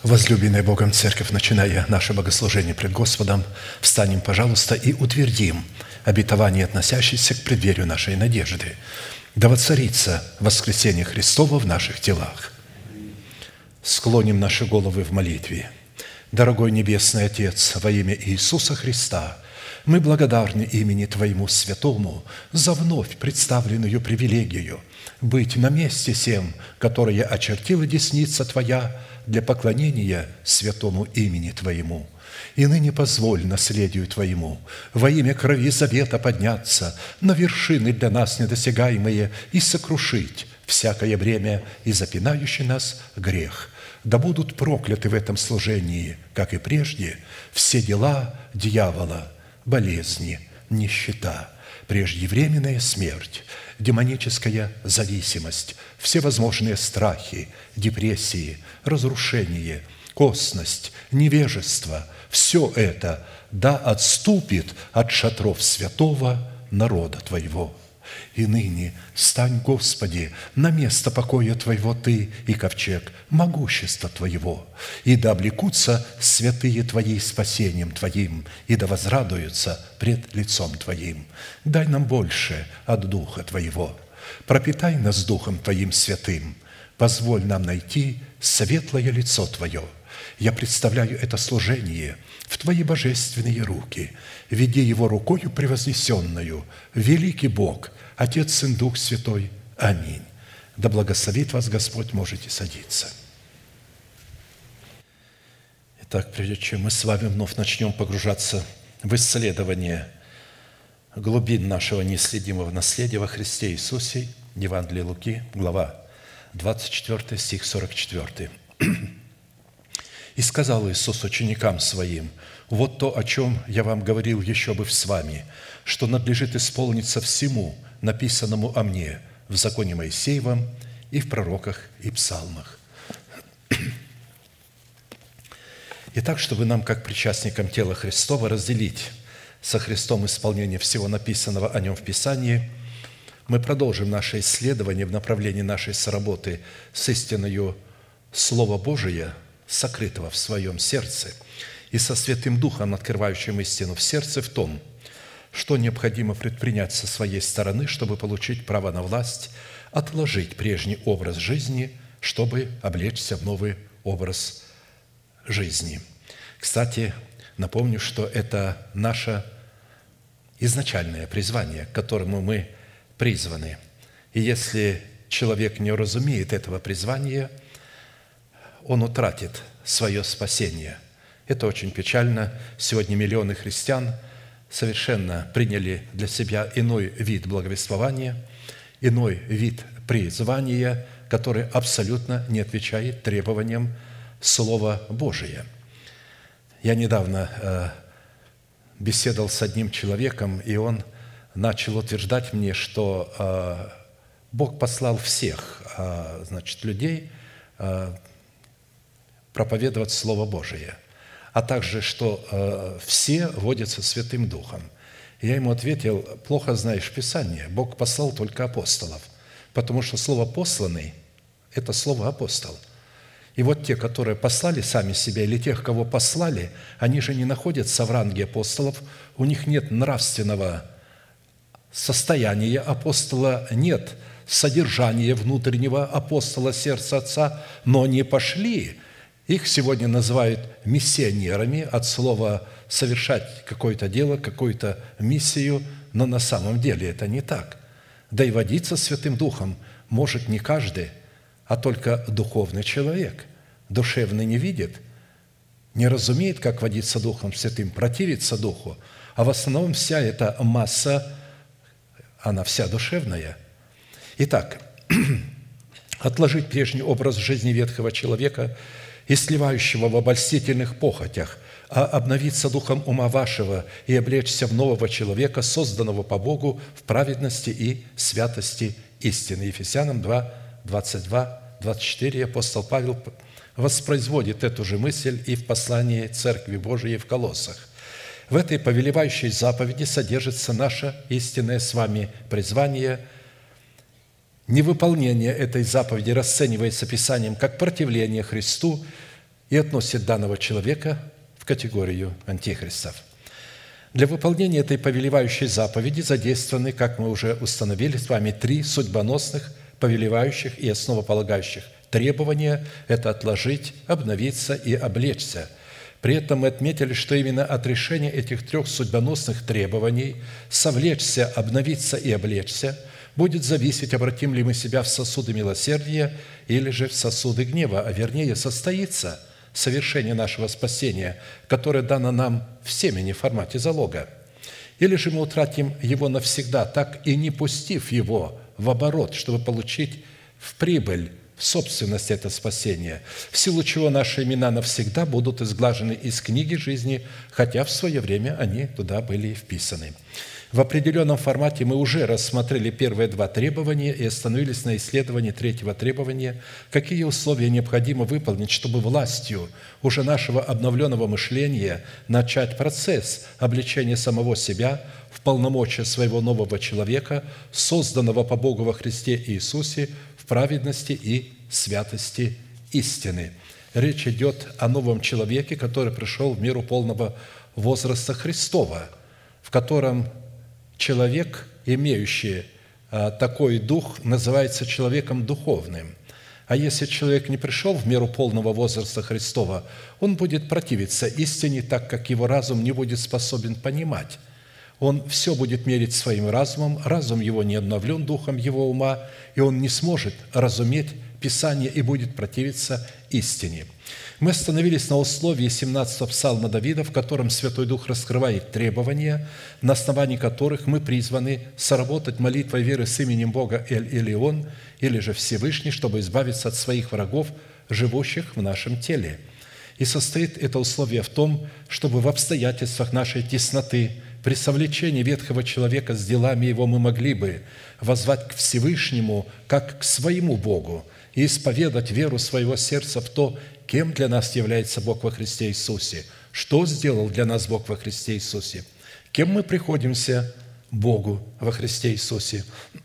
Возлюбленная Богом Церковь, начиная наше богослужение пред Господом, встанем, пожалуйста, и утвердим обетование, относящееся к преддверию нашей надежды. Да воцарится воскресение Христово в наших телах. Склоним наши головы в молитве. Дорогой Небесный Отец, во имя Иисуса Христа, мы благодарны имени Твоему Святому за вновь представленную привилегию быть на месте сем, которое очертила десница Твоя для поклонения святому имени Твоему. И ныне позволь наследию Твоему во имя крови завета подняться на вершины для нас недосягаемые и сокрушить всякое бремя и запинающий нас грех. Да будут прокляты в этом служении, как и прежде, все дела дьявола, болезни, нищета, преждевременная смерть, демоническая зависимость, всевозможные страхи, депрессии, разрушение, косность, невежество – все это да отступит от шатров святого народа Твоего. И ныне стань, Господи, на место покоя Твоего Ты и ковчег могущества Твоего, и да облекутся святые Твои спасением Твоим, и да возрадуются пред лицом Твоим. Дай нам больше от Духа Твоего, пропитай нас Духом Твоим святым, позволь нам найти светлое лицо Твое. Я представляю это служение в Твои божественные руки. Веди его рукою превознесенную, великий Бог, Отец, Сын, Дух Святой. Аминь. Да благословит вас Господь, можете садиться. Итак, прежде чем мы с вами вновь начнем погружаться в исследование глубин нашего неисследимого наследия во Христе Иисусе, Евангелие Луки, глава 24, стих 44. «И сказал Иисус ученикам Своим: вот то, о чем я вам говорил еще быв с вами, что надлежит исполниться всему, написанному о Мне в законе Моисеевом и в пророках и псалмах». Итак, чтобы нам, как причастникам тела Христова, разделить со Христом исполнение всего написанного о Нем в Писании, мы продолжим наше исследование в направлении нашей соработы с истиною Слова Божия, сокрытого в своем сердце, и со Святым Духом, открывающим истину в сердце, в том, что необходимо предпринять со своей стороны, чтобы получить право на власть, отложить прежний образ жизни, чтобы облечься в новый образ жизни. Кстати, напомню, что это наше изначальное призвание, к которому мы призваны. И если человек не разумеет этого призвания, он утратит свое спасение. Это очень печально. Сегодня миллионы христиан совершенно приняли для себя иной вид благовествования, иной вид призвания, который абсолютно не отвечает требованиям Слова Божия. Я недавно беседовал с одним человеком, и он начал утверждать мне, что Бог послал всех, людей проповедовать Слово Божие, а также, что все водятся Святым Духом. И я ему ответил: плохо знаешь Писание, Бог послал только апостолов, потому что слово «посланный» – это слово «апостол». И вот те, которые послали сами себя, или тех, кого послали, они же не находятся в ранге апостолов, у них нет нравственного состояния апостола, нет содержания внутреннего апостола сердца Отца, но они пошли. Их сегодня называют миссионерами от слова «совершать какое-то дело, какую-то миссию», но на самом деле это не так. Да и водиться Святым Духом может не каждый, а только духовный человек. Душевный не видит, не разумеет, как водиться Духом Святым, противится Духу, а в основном вся эта масса, она вся душевная. Итак, отложить прежний образ жизни ветхого человека и сливающего в обольстительных похотях, а обновиться духом ума вашего и облечься в нового человека, созданного по Богу в праведности и святости истины. Ефесянам 2, 22, 24 апостол Павел воспроизводит эту же мысль и в послании Церкви Божией в Колоссах. В этой повелевающей заповеди содержится наше истинное с вами призвание. Невыполнение этой заповеди расценивается Писанием как противление Христу и относит данного человека в категорию антихристов. Для выполнения этой повелевающей заповеди задействованы, как мы уже установили с вами, 3 судьбоносных, повелевающих и основополагающих требования – это отложить, обновиться и облечься. При этом мы отметили, что именно от решения этих 3 судьбоносных требований – совлечься, обновиться и облечься – будет зависеть, обратим ли мы себя в сосуды милосердия или же в сосуды гнева, а вернее состоится совершение нашего спасения, которое дано нам в семени в формате залога. Или же мы утратим его навсегда, так и не пустив его в оборот, чтобы получить в прибыль, в собственность это спасение, в силу чего наши имена навсегда будут изглажены из книги жизни, хотя в свое время они туда были вписаны. В определенном формате мы уже рассмотрели первые 2 требования и остановились на исследовании 3-го требования, какие условия необходимо выполнить, чтобы властью уже нашего обновленного мышления начать процесс обличения самого себя в полномочия своего нового человека, созданного по Богу во Христе Иисусе, в праведности и святости истины. Речь идет о новом человеке, который пришел в меру полного возраста Христова, в котором человек, имеющий такой дух, называется человеком духовным. А если человек не пришел в меру полного возраста Христова, он будет противиться истине, так как его разум не будет способен понимать. Он все будет мерить своим разумом, разум его не обновлен духом его ума, и он не сможет разуметь Писание и будет противиться истине. Мы остановились на условии 17-го псалма Давида, в котором Святой Дух раскрывает требования, на основании которых мы призваны соработать молитвой веры с именем Бога Эль-Илион, или же Всевышний, чтобы избавиться от своих врагов, живущих в нашем теле. И состоит это условие в том, чтобы в обстоятельствах нашей тесноты, при совлечении ветхого человека с делами его мы могли бы воззвать к Всевышнему, как к своему Богу, и исповедать веру своего сердца в то, кем для нас является Бог во Христе Иисусе, что сделал для нас Бог во Христе Иисусе, кем мы приходимся Богу во Христе Иисусе,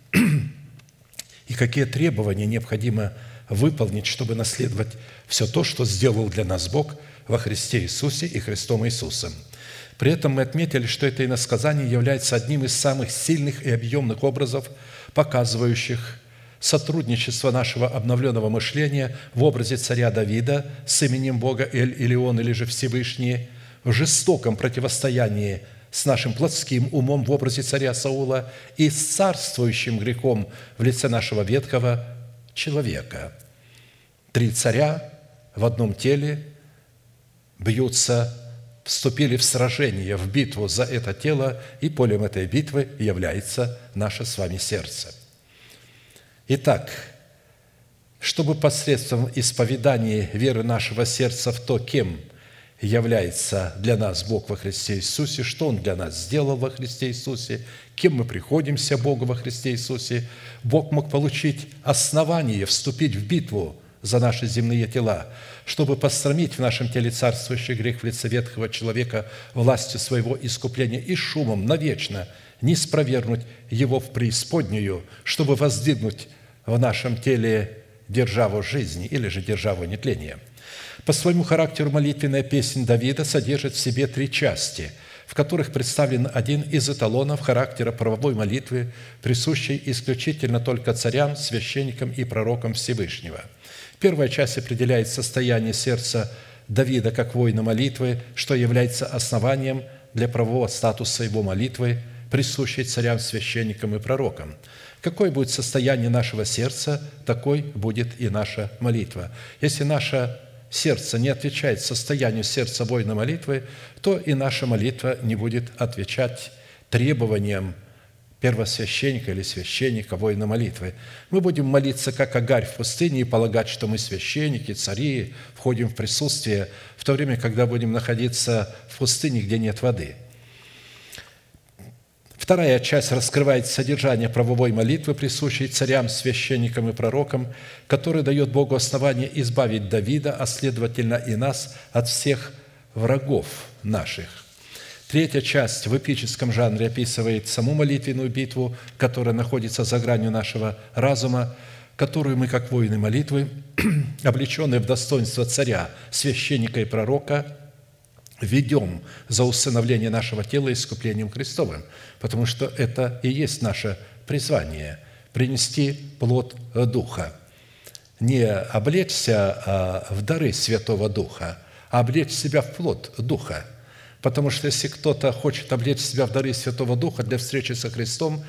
и какие требования необходимо выполнить, чтобы наследовать все то, что сделал для нас Бог во Христе Иисусе и Христом Иисусом. При этом мы отметили, что это иносказание является одним из самых сильных и объемных образов, показывающих сотрудничество нашего обновленного мышления в образе царя Давида с именем Бога Эль-Илион, или же Всевышний, в жестоком противостоянии с нашим плотским умом в образе царя Саула и с царствующим грехом в лице нашего ветхого человека. 3 царя в одном теле бьются, вступили в сражение, в битву за это тело, и полем этой битвы является наше с вами сердце. Итак, чтобы посредством исповедания веры нашего сердца в то, кем является для нас Бог во Христе Иисусе, что Он для нас сделал во Христе Иисусе, кем мы приходимся Богу во Христе Иисусе, Бог мог получить основание вступить в битву за наши земные тела, чтобы посрамить в нашем теле царствующий грех в лице ветхого человека властью своего искупления и шумом навечно не спровергнуть его в преисподнюю, чтобы воздвигнуть в нашем теле державу жизни или же державу нетления. По своему характеру молитвенная песнь Давида содержит в себе 3 части, в которых представлен один из эталонов характера правовой молитвы, присущей исключительно только царям, священникам и пророкам Всевышнего. Первая часть определяет состояние сердца Давида как воина молитвы, что является основанием для правового статуса его молитвы, присущей царям, священникам и пророкам. Какое будет состояние нашего сердца, такой будет и наша молитва. Если наше сердце не отвечает состоянию сердца воина молитвы, то и наша молитва не будет отвечать требованиям первосвященника или священника, воина молитвы. Мы будем молиться, как Агарь в пустыне, и полагать, что мы священники, цари, входим в присутствие, в то время, когда будем находиться в пустыне, где нет воды. Вторая часть раскрывает содержание правовой молитвы, присущей царям, священникам и пророкам, который дает Богу основание избавить Давида, а следовательно и нас, от всех врагов наших. Третья часть в эпическом жанре описывает саму молитвенную битву, которая находится за гранью нашего разума, которую мы, как воины молитвы, облеченные в достоинство царя, священника и пророка, ведем за усыновление нашего тела искуплением Христовым, потому что это и есть наше призвание – принести плод Духа. Не облечься в дары Святого Духа, а облечь себя в плод Духа. Потому что если кто-то хочет облечь себя в дары Святого Духа для встречи со Христом,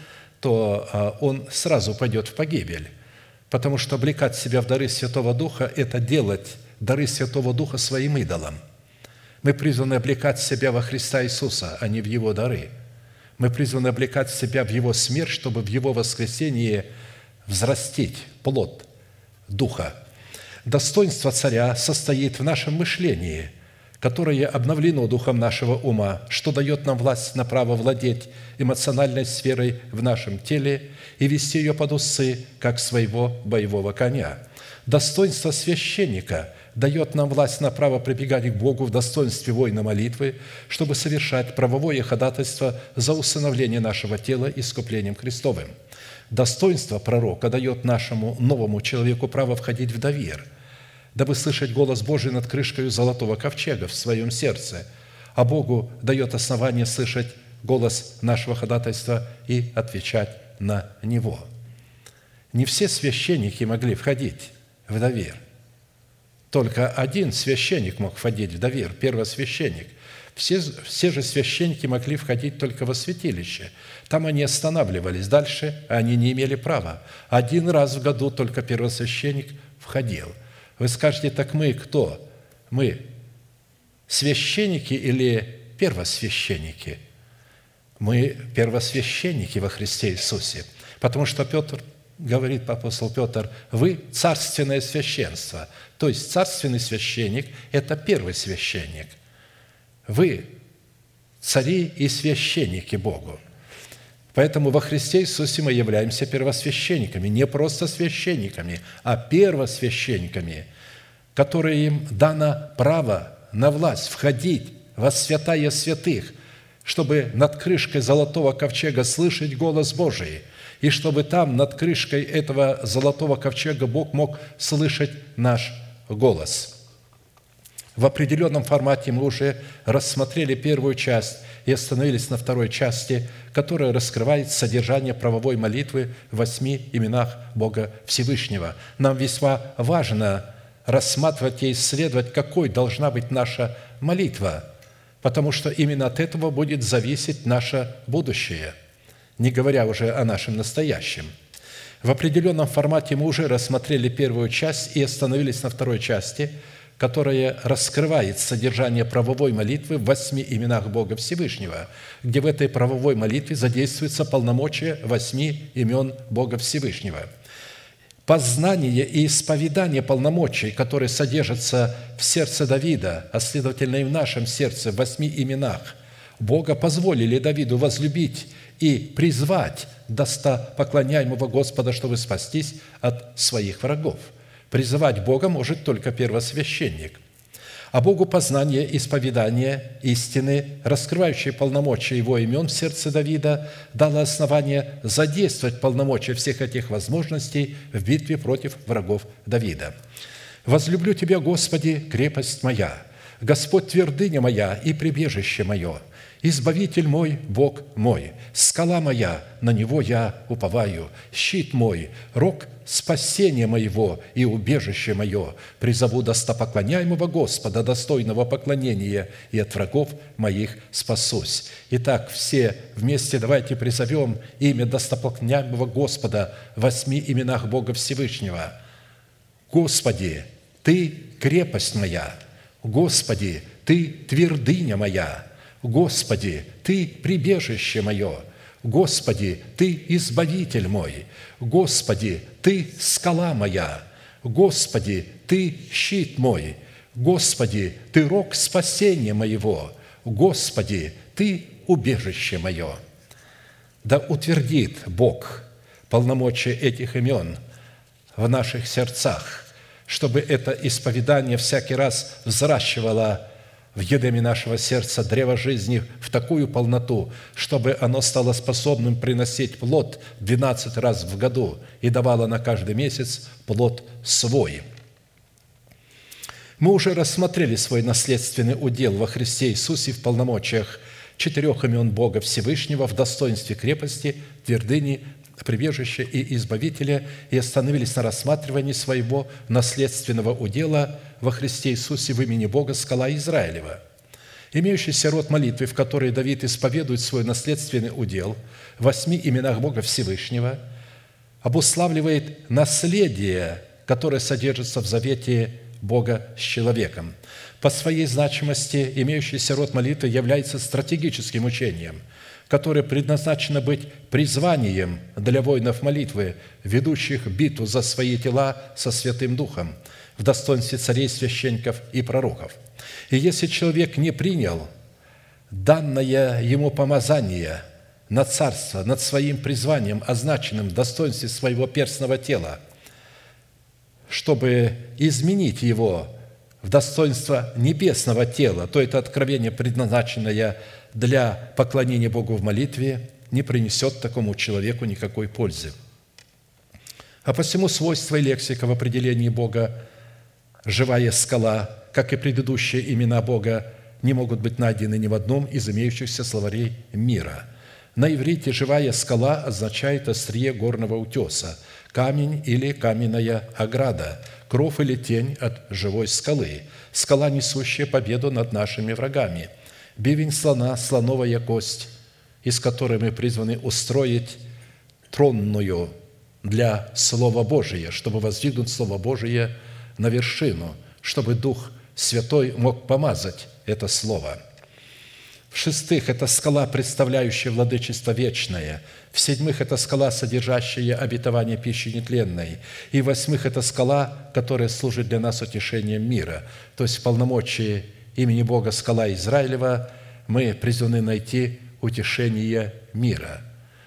то он сразу пойдет в погибель. Потому что облекать себя в дары Святого Духа – это делать дары Святого Духа своим идолом. Мы призваны облекать себя во Христа Иисуса, а не в Его дары. Мы призваны облекать себя в Его смерть, чтобы в Его воскресении взрастить плод Духа. Достоинство Царя состоит в нашем мышлении, которое обновлено духом нашего ума, что дает нам власть на право владеть эмоциональной сферой в нашем теле и вести ее под усы, как своего боевого коня. Достоинство священника дает нам власть на право прибегать к Богу в достоинстве воина молитвы, чтобы совершать правовое ходатайство за усыновление нашего тела искуплением Христовым. Достоинство пророка дает нашему новому человеку право входить в довер, дабы слышать голос Божий над крышкой золотого ковчега в своем сердце, а Богу дает основание слышать голос нашего ходатайства и отвечать на него. Не все священники могли входить в довер. Только один священник мог входить в довер, первосвященник. Все же священники могли входить только во святилище. Там они останавливались, дальше они не имели права. Один раз в году только первосвященник входил. Вы скажете, так мы кто? Мы священники или первосвященники? Мы первосвященники во Христе Иисусе. Потому что Петр говорит, апостол Петр, вы царственное священство. То есть царственный священник – это первый священник. Вы цари и священники Богу. Поэтому во Христе Иисусе мы являемся первосвященниками, не просто священниками, а первосвященниками, которые им дано право на власть входить во святая святых, чтобы над крышкой золотого ковчега слышать голос Божий, и чтобы там, над крышкой этого золотого ковчега, Бог мог слышать наш голос. В определенном формате мы уже рассмотрели первую часть и остановились на второй части, которая раскрывает содержание правовой молитвы в 8 именах Бога Всевышнего. Нам весьма важно рассматривать и исследовать, какой должна быть наша молитва, потому что именно от этого будет зависеть наше будущее, не говоря уже о нашем настоящем. В определенном формате мы уже рассмотрели первую часть и остановились на второй части, которая раскрывает содержание правовой молитвы в 8 именах Бога Всевышнего, где в этой правовой молитве задействуется полномочия 8 имен Бога Всевышнего. Познание и исповедание полномочий, которые содержатся в сердце Давида, а следовательно и в нашем сердце, в 8 именах, Бога позволили Давиду возлюбить и призвать достопоклоняемого Господа, чтобы спастись от своих врагов. Призывать Бога может только первосвященник. А Богу познание, исповедание истины, раскрывающие полномочия Его имен в сердце Давида, дало основание задействовать полномочия всех этих возможностей в битве против врагов Давида. «Возлюблю Тебя, Господи, крепость моя, Господь твердыня моя и прибежище мое, Избавитель мой, Бог мой, скала моя, на Него я уповаю, щит мой, рог спасения моего и убежище мое, призову достопоклоняемого Господа, достойного поклонения, и от врагов моих спасусь». Итак, все вместе давайте призовем имя достопоклоняемого Господа в 8 именах Бога Всевышнего. «Господи, Ты крепость моя, Господи, Ты твердыня моя, Господи, Ты прибежище мое, Господи, Ты избавитель мой, Господи, Ты скала моя, Господи, Ты щит мой, Господи, Ты рог спасения моего, Господи, Ты убежище мое». Да утвердит Бог полномочия этих имен в наших сердцах, чтобы это исповедание всякий раз взращивало в едеме нашего сердца древо жизни в такую полноту, чтобы оно стало способным приносить плод 12 раз в году и давало на каждый месяц плод свой. Мы уже рассмотрели свой наследственный удел во Христе Иисусе в полномочиях 4 имен Бога Всевышнего в достоинстве крепости, твердыни, прибежища и избавителя, и остановились на рассматривании своего наследственного удела во Христе Иисусе в имени Бога скала Израилева. Имеющийся род молитвы, в которой Давид исповедует свой наследственный удел в 8 именах Бога Всевышнего, обуславливает наследие, которое содержится в завете Бога с человеком. По своей значимости имеющийся род молитвы является стратегическим учением, которое предназначено быть призванием для воинов молитвы, ведущих битву за свои тела со Святым Духом, в достоинстве царей, священников и пророков. И если человек не принял данное ему помазание на царство, над своим призванием, означенным в достоинстве своего перстного тела, чтобы изменить его в достоинство небесного тела, то это откровение, предназначенное для поклонения Богу в молитве, не принесет такому человеку никакой пользы. А посему свойства и лексика в определении Бога «живая скала», как и предыдущие имена Бога, не могут быть найдены ни в одном из имеющихся словарей мира. На иврите «живая скала» означает острие горного утеса, камень или каменная ограда, кров или тень от живой скалы, скала, несущая победу над нашими врагами, бивень слона, слоновая кость, из которой мы призваны устроить тронную для Слова Божия, чтобы воздвигнуть Слово Божие на вершину, чтобы Дух Святой мог помазать это Слово. В-шестых, это скала, представляющая владычество вечное. В-седьмых, это скала, содержащая обетование пищи нетленной. И в-восьмых, это скала, которая служит для нас утешением мира. То есть в полномочии имени Бога скала Израилева мы призваны найти утешение мира.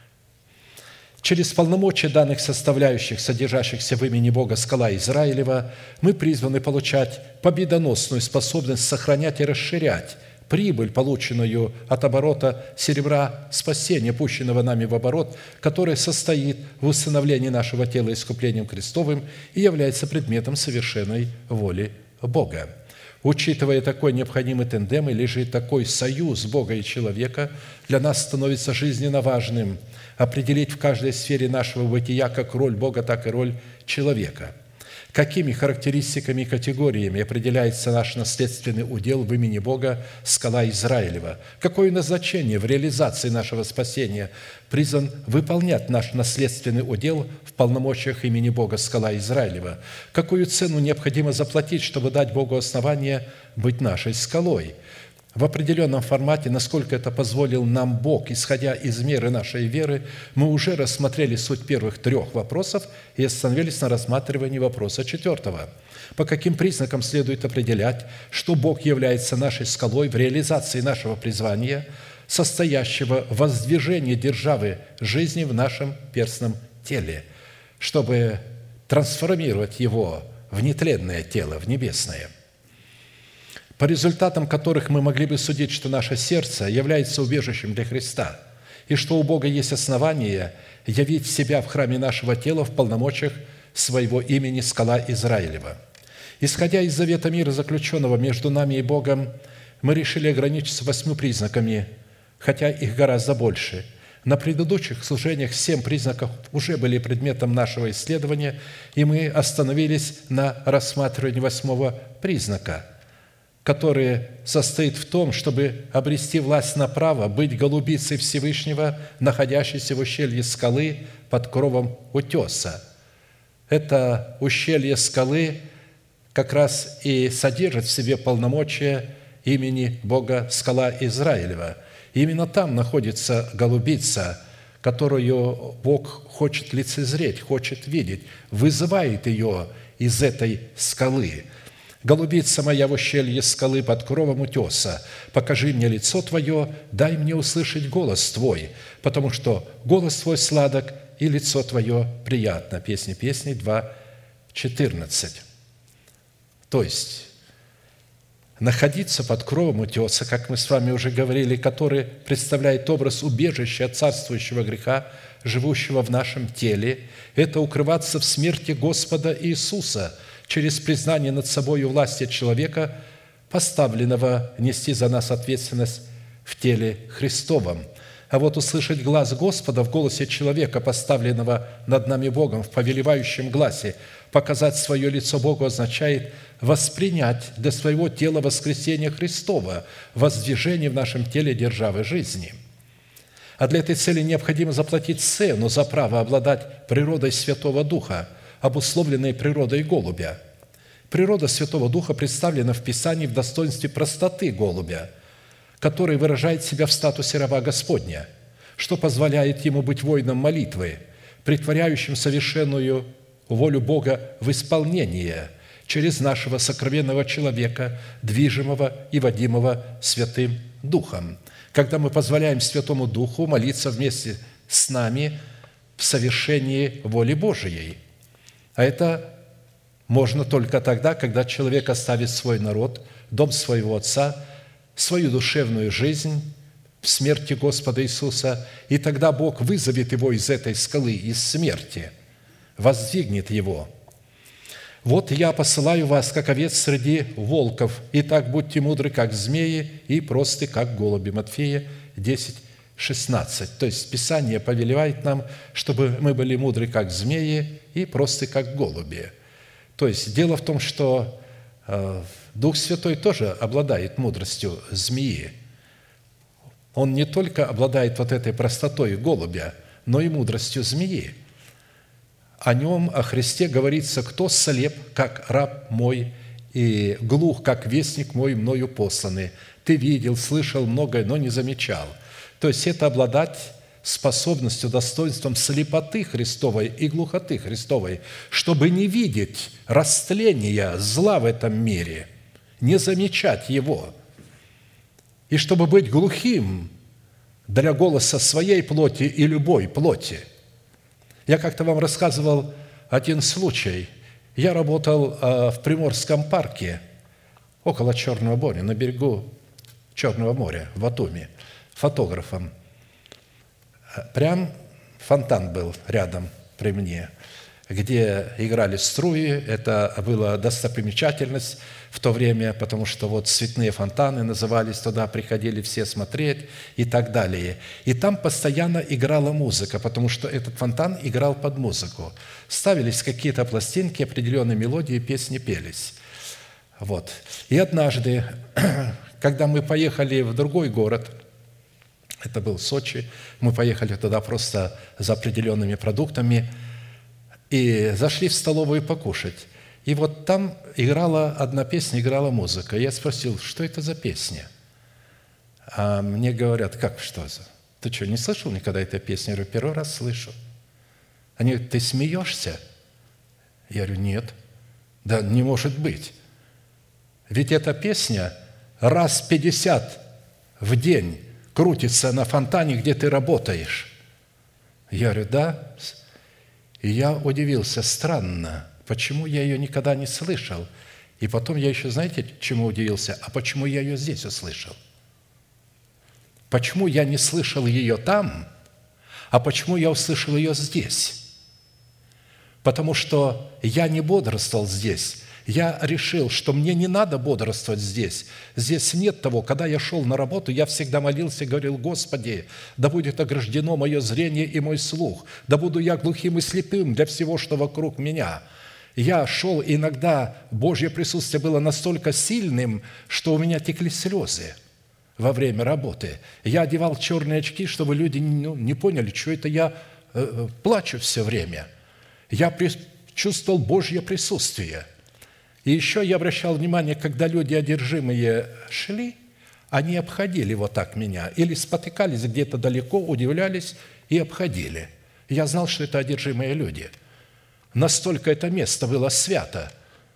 Через полномочия данных составляющих, содержащихся в имени Бога скала Израилева, мы призваны получать победоносную способность сохранять и расширять прибыль, полученную от оборота серебра спасения, пущенного нами в оборот, которое состоит в усыновлении нашего тела искуплением крестовым и является предметом совершенной воли Бога. Учитывая такой необходимый тандем или же такой союз Бога и человека, для нас становится жизненно важным определить в каждой сфере нашего бытия как роль Бога, так и роль человека. Какими характеристиками и категориями определяется наш наследственный удел в имени Бога скала Израилева? Какое назначение в реализации нашего спасения призван выполнять наш наследственный удел в полномочиях имени Бога скала Израилева? Какую цену необходимо заплатить, чтобы дать Богу основание быть нашей скалой? В определенном формате, насколько это позволил нам Бог, исходя из меры нашей веры, мы уже рассмотрели суть первых 3 вопросов и остановились на рассматривании вопроса 4. По каким признакам следует определять, что Бог является нашей скалой в реализации нашего призвания, состоящего в воздвижении державы жизни в нашем перстном теле, чтобы трансформировать его в нетленное тело, в небесное? По результатам которых мы могли бы судить, что наше сердце является убежищем для Христа, и что у Бога есть основание явить себя в храме нашего тела в полномочиях своего имени скала Израилева. Исходя из завета мира, заключенного между нами и Богом, мы решили ограничиться 8 признаками, хотя их гораздо больше. На предыдущих служениях 7 признаков уже были предметом нашего исследования, и мы остановились на рассматривании 8 признака, который состоит в том, чтобы обрести власть на право быть голубицей Всевышнего, находящейся в ущелье скалы под кровом утеса. Это ущелье скалы как раз и содержит в себе полномочия имени Бога скала Израилева. Именно там находится голубица, которую Бог хочет лицезреть, хочет видеть, вызывает ее из этой скалы. «Голубица моя в ущелье скалы под кровом утеса, покажи мне лицо Твое, дай мне услышать голос Твой, потому что голос Твой сладок, и лицо Твое приятно». Песни песней 2:14. То есть, находиться под кровом утеса, как мы с вами уже говорили, который представляет образ убежища от царствующего греха, живущего в нашем теле, это укрываться в смерти Господа Иисуса через признание над собой власти человека, поставленного нести за нас ответственность в теле Христовом. А вот услышать глас Господа в голосе человека, поставленного над нами Богом, в повелевающем гласе, показать свое лицо Богу означает воспринять для своего тела воскресение Христова, воздвижение в нашем теле державы жизни. А для этой цели необходимо заплатить цену за право обладать природой Святого Духа, обусловленной природой голубя. Природа Святого Духа представлена в Писании в достоинстве простоты голубя, который выражает себя в статусе раба Господня, что позволяет ему быть воином молитвы, претворяющим совершенную волю Бога в исполнение через нашего сокровенного человека, движимого и водимого Святым Духом, когда мы позволяем Святому Духу молиться вместе с нами в совершении воли Божией. А это можно только тогда, когда человек оставит свой народ, дом своего Отца, свою душевную жизнь в смерти Господа Иисуса, и тогда Бог вызовет его из этой скалы, из смерти, воздвигнет его. «Вот я посылаю вас, как овец среди волков, и так будьте мудры, как змеи, и просты, как голуби». Матфея 10, 16. То есть Писание повелевает нам, чтобы мы были мудры, как змеи, и просты, как голуби. То есть дело в том, что Дух Святой тоже обладает мудростью змеи. Он не только обладает вот этой простотой голубя, но и мудростью змеи. О нем, о Христе говорится: «Кто слеп, как раб мой, и глух, как вестник мой, мною посланный. Ты видел, слышал многое, но не замечал». То есть это обладать способностью, достоинством слепоты Христовой и глухоты Христовой, чтобы не видеть растления зла в этом мире, не замечать его, и чтобы быть глухим для голоса своей плоти и любой плоти. Я как-то вам рассказывал один случай. Я работал в Приморском парке, около Черного моря, на берегу Черного моря, в Батуми, фотографом. Прям фонтан был рядом при мне, где играли струи. Это была достопримечательность в то время, потому что вот цветные фонтаны назывались, туда приходили все смотреть и так далее. И там постоянно играла музыка, потому что этот фонтан играл под музыку. Ставились какие-то пластинки, определенные мелодии, песни пелись. Вот. И однажды, когда мы поехали в другой город, это был Сочи, мы поехали туда просто за определенными продуктами и зашли в столовую покушать. И вот там играла одна песня, играла музыка. Я спросил: что это за песня? А мне говорят: как что за? Ты что, не слышал никогда этой песни? Я говорю: первый раз слышу. Они говорят: ты смеешься? Я говорю: нет. Да не может быть. Ведь эта песня раз 50 в день крутится на фонтане, где ты работаешь. Я говорю: да. И я удивился: странно, почему я ее никогда не слышал? И потом я еще, знаете, чему удивился? А почему я ее здесь услышал? Почему я не слышал ее там, а почему я услышал ее здесь? Потому что я не бодрствовал здесь. Я решил, что мне не надо бодрствовать здесь. Здесь нет того. Когда я шел на работу, я всегда молился и говорил: Господи, да будет ограждено мое зрение и мой слух, да буду я глухим и слепым для всего, что вокруг меня. Я шел, и иногда Божье присутствие было настолько сильным, что у меня текли слезы во время работы. Я одевал черные очки, чтобы люди не поняли, что это я плачу все время. Я чувствовал Божье присутствие. И еще я обращал внимание, когда люди одержимые шли, они обходили вот так меня, или спотыкались где-то далеко, удивлялись и обходили. Я знал, что это одержимые люди. Настолько это место было свято.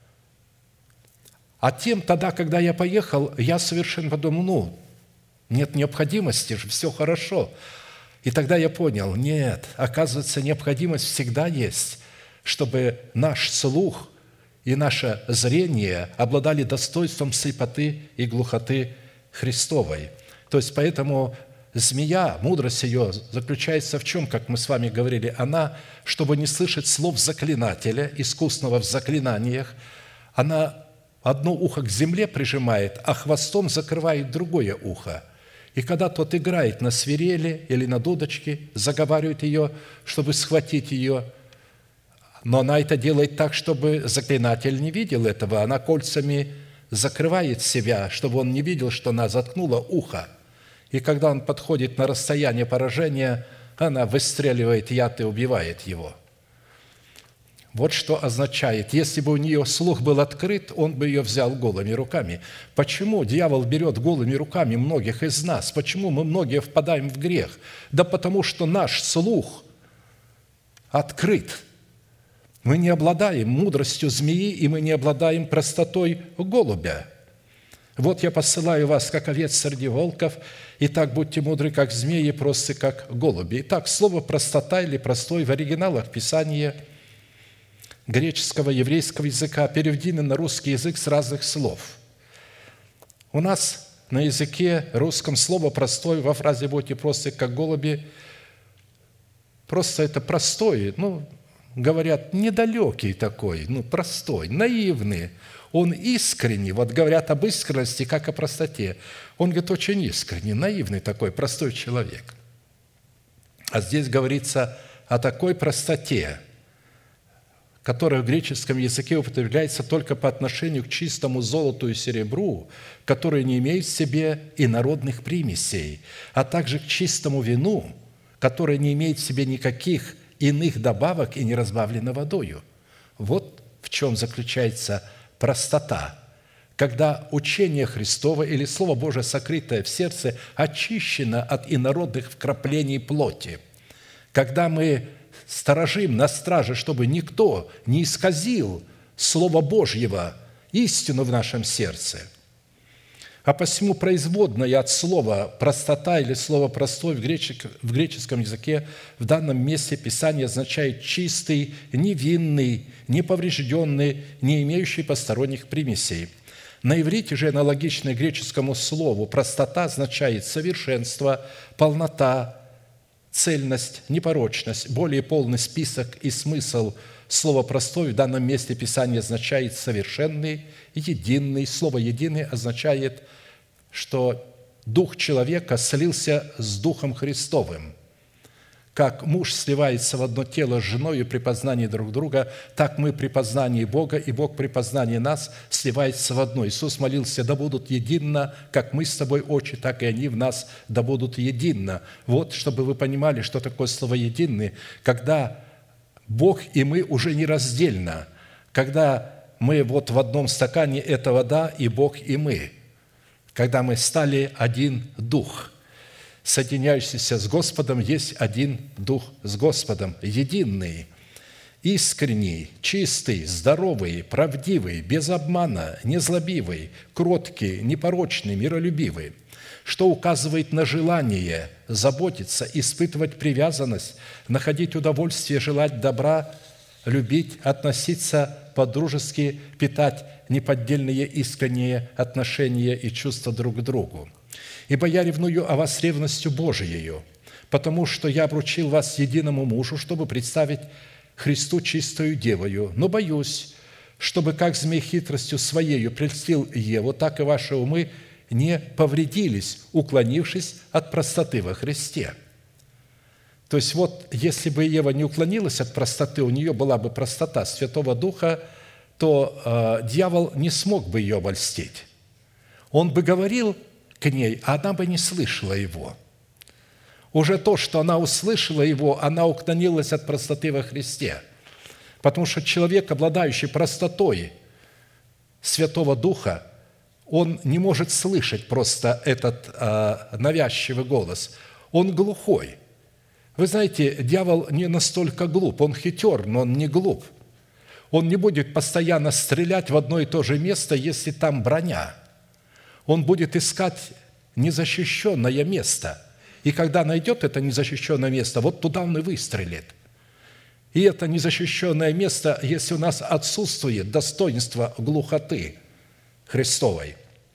А тем тогда, когда я поехал, я совершенно подумал: нет необходимости же, все хорошо. И тогда я понял: нет, оказывается, необходимость всегда есть, чтобы наш слух и наше зрение обладали достоинством слепоты и глухоты Христовой. То есть, поэтому змея, мудрость ее заключается в чем, как мы с вами говорили, она, чтобы не слышать слов заклинателя, искусного в заклинаниях, она одно ухо к земле прижимает, а хвостом закрывает другое ухо. И когда тот играет на свирели или на дудочке, заговаривает ее, чтобы схватить ее, но она это делает так, чтобы заклинатель не видел этого. Она кольцами закрывает себя, чтобы он не видел, что она заткнула ухо. И когда он подходит на расстояние поражения, она выстреливает яд и убивает его. Вот что означает, если бы у нее слух был открыт, он бы ее взял голыми руками. Почему дьявол берет голыми руками многих из нас? Почему мы многие впадаем в грех? Да потому что наш слух открыт. Мы не обладаем мудростью змеи, и мы не обладаем простотой голубя. Вот я посылаю вас, как овец среди волков, итак, будьте мудры, как змеи, и просты, как голуби. Итак, слово «простота» или «простой» в оригиналах Писания греческого, еврейского языка переведены на русский язык с разных слов. У нас на языке русском слово «простой» во фразе «будьте просты, как голуби» просто это простой, говорят, недалекий такой, простой, наивный. Он искренний. Вот говорят об искренности, как о простоте. Он, говорит, очень искренний, наивный такой, простой человек. А здесь говорится о такой простоте, которая в греческом языке употребляется только по отношению к чистому золоту и серебру, которые не имеют в себе инородных примесей, а также к чистому вину, которое не имеет в себе никаких иных добавок и не разбавлено водою. Вот в чем заключается простота, когда учение Христово или Слово Божие, сокрытое в сердце, очищено от инородных вкраплений плоти, когда мы сторожим на страже, чтобы никто не исказил Слова Божьего, истину в нашем сердце. А посему производная от слова «простота» или слово «простой» в греческом языке в данном месте Писания означает чистый, невинный, неповрежденный, не имеющий посторонних примесей. На иврите же аналогичное греческому слову «простота» означает совершенство, полнота, цельность, непорочность. Более полный список и смысл слова «простой» в данном месте Писания означает совершенный, единый. Слово «единый» означает, что дух человека слился с Духом Христовым. Как муж сливается в одно тело с женой при познании друг друга, так мы при познании Бога, и Бог при познании нас сливается в одно. Иисус молился: «Да будут едино, как мы с тобой, Отче, так и они в нас, да будут едино». Вот, чтобы вы понимали, что такое слово «единый», когда Бог и мы уже нераздельно, когда мы вот в одном стакане – это вода, и Бог, и мы, когда мы стали один дух, соединяющийся с Господом, есть один дух с Господом, единый, искренний, чистый, здоровый, правдивый, без обмана, незлобивый, кроткий, непорочный, миролюбивый, что указывает на желание заботиться, испытывать привязанность, находить удовольствие, желать добра, любить, относиться по-дружески, питать неподдельные искренние отношения и чувства друг к другу. «Ибо я ревную о вас ревностью Божиею, потому что я обручил вас единому мужу, чтобы представить Христу чистою девою. Но боюсь, чтобы как змей хитростью своею прельстил Еву, так и ваши умы не повредились, уклонившись от простоты во Христе». То есть вот, если бы Ева не уклонилась от простоты, у нее была бы простота Святого Духа, то дьявол не смог бы ее обольстить. Он бы говорил к ней, а она бы не слышала его. Уже то, что она услышала его, она уклонилась от простоты во Христе. Потому что человек, обладающий простотой Святого Духа, он не может слышать просто этот навязчивый голос. Он глухой. Вы знаете, дьявол не настолько глуп, он хитер, но он не глуп. Он не будет постоянно стрелять в одно и то же место, если там броня. Он будет искать незащищенное место. И когда найдет это незащищенное место, вот туда он и выстрелит. И это незащищенное место, если у нас отсутствует достоинство глухоты Христовой.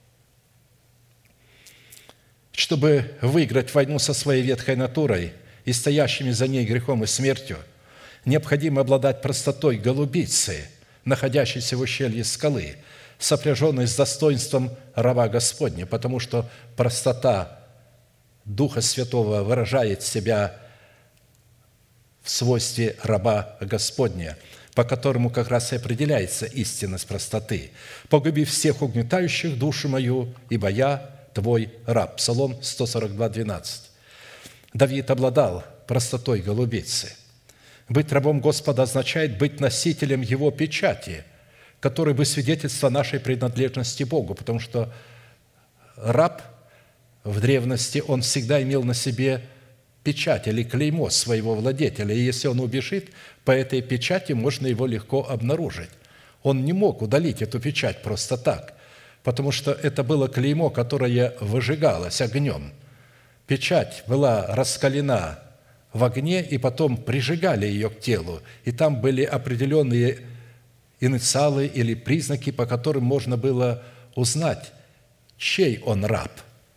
Чтобы выиграть войну со своей ветхой натурой и стоящими за ней грехом и смертью, необходимо обладать простотой голубицы, находящейся в ущелье скалы, сопряженной с достоинством раба Господня, потому что простота Духа Святого выражает себя в свойстве раба Господня, по которому как раз и определяется истинность простоты. «Погуби всех угнетающих душу мою, ибо я Твой раб». Псалом 142, 12. Давид обладал простотой голубицы. Быть рабом Господа означает быть носителем Его печати, который бы свидетельствовал нашей принадлежности Богу, потому что раб в древности, он всегда имел на себе печать или клеймо своего владетеля. И если он убежит, по этой печати можно его легко обнаружить. Он не мог удалить эту печать просто так, потому что это было клеймо, которое выжигалось огнем. Печать была раскалена в огне, и потом прижигали ее к телу. И там были определенные инициалы или признаки, по которым можно было узнать, чей он раб.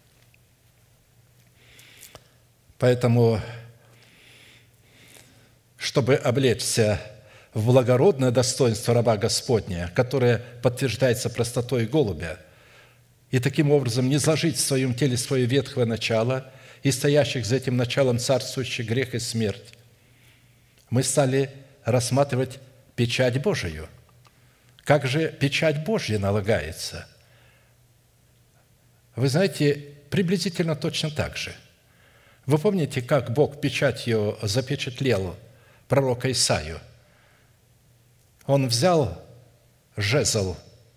Поэтому, чтобы облечься в благородное достоинство раба Господня, которое подтверждается простотой голубя, и таким образом не сложить в своем теле свое ветхое начало и стоящих за этим началом царствующий грех и смерть, мы стали рассматривать печать Божию. Как же печать Божья налагается? Вы знаете, приблизительно точно так же. Вы помните, как Бог печатью запечатлел пророка Исаию? Он взял жезл,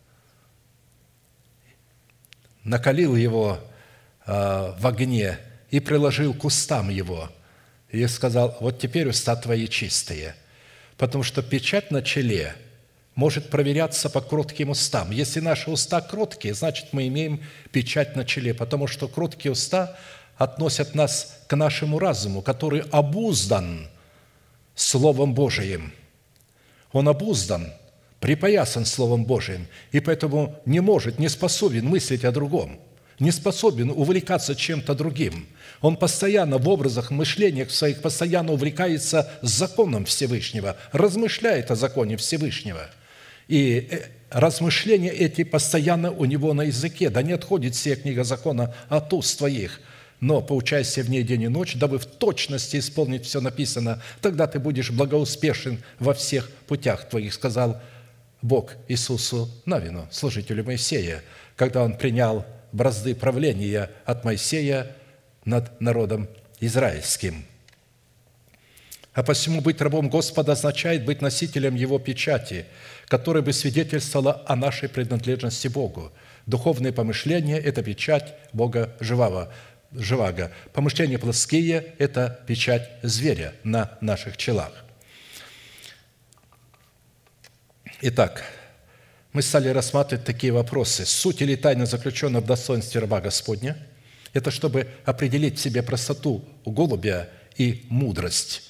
накалил его в огне и приложил к устам его. И сказал: вот теперь уста твои чистые. Потому что печать на челе может проверяться по кротким устам. Если наши уста кроткие, значит, мы имеем печать на челе, потому что кроткие уста относят нас к нашему разуму, который обуздан Словом Божиим. Он обуздан, припоясан Словом Божиим, и поэтому не может, не способен мыслить о другом, не способен увлекаться чем-то другим. Он постоянно в образах, мышлениях своих постоянно увлекается законом Всевышнего, размышляет о законе Всевышнего. И размышления эти постоянно у него на языке. Да не отходит сия книга закона от уст твоих, но поучайся в ней день и ночь, дабы в точности исполнить все написано, тогда ты будешь благоуспешен во всех путях твоих, сказал Бог Иисусу Навину, служителю Моисея, когда он принял бразды правления от Моисея над народом израильским. А посему быть рабом Господа означает быть носителем Его печати, которая бы свидетельствовала о нашей принадлежности Богу. Духовные помышления – это печать Бога живаго. Помышления плотские – это печать зверя на наших челах. Итак, мы стали рассматривать такие вопросы. Суть или тайна заключена в достоинстве раба Господня. Это чтобы определить в себе простоту у голубя и мудрость,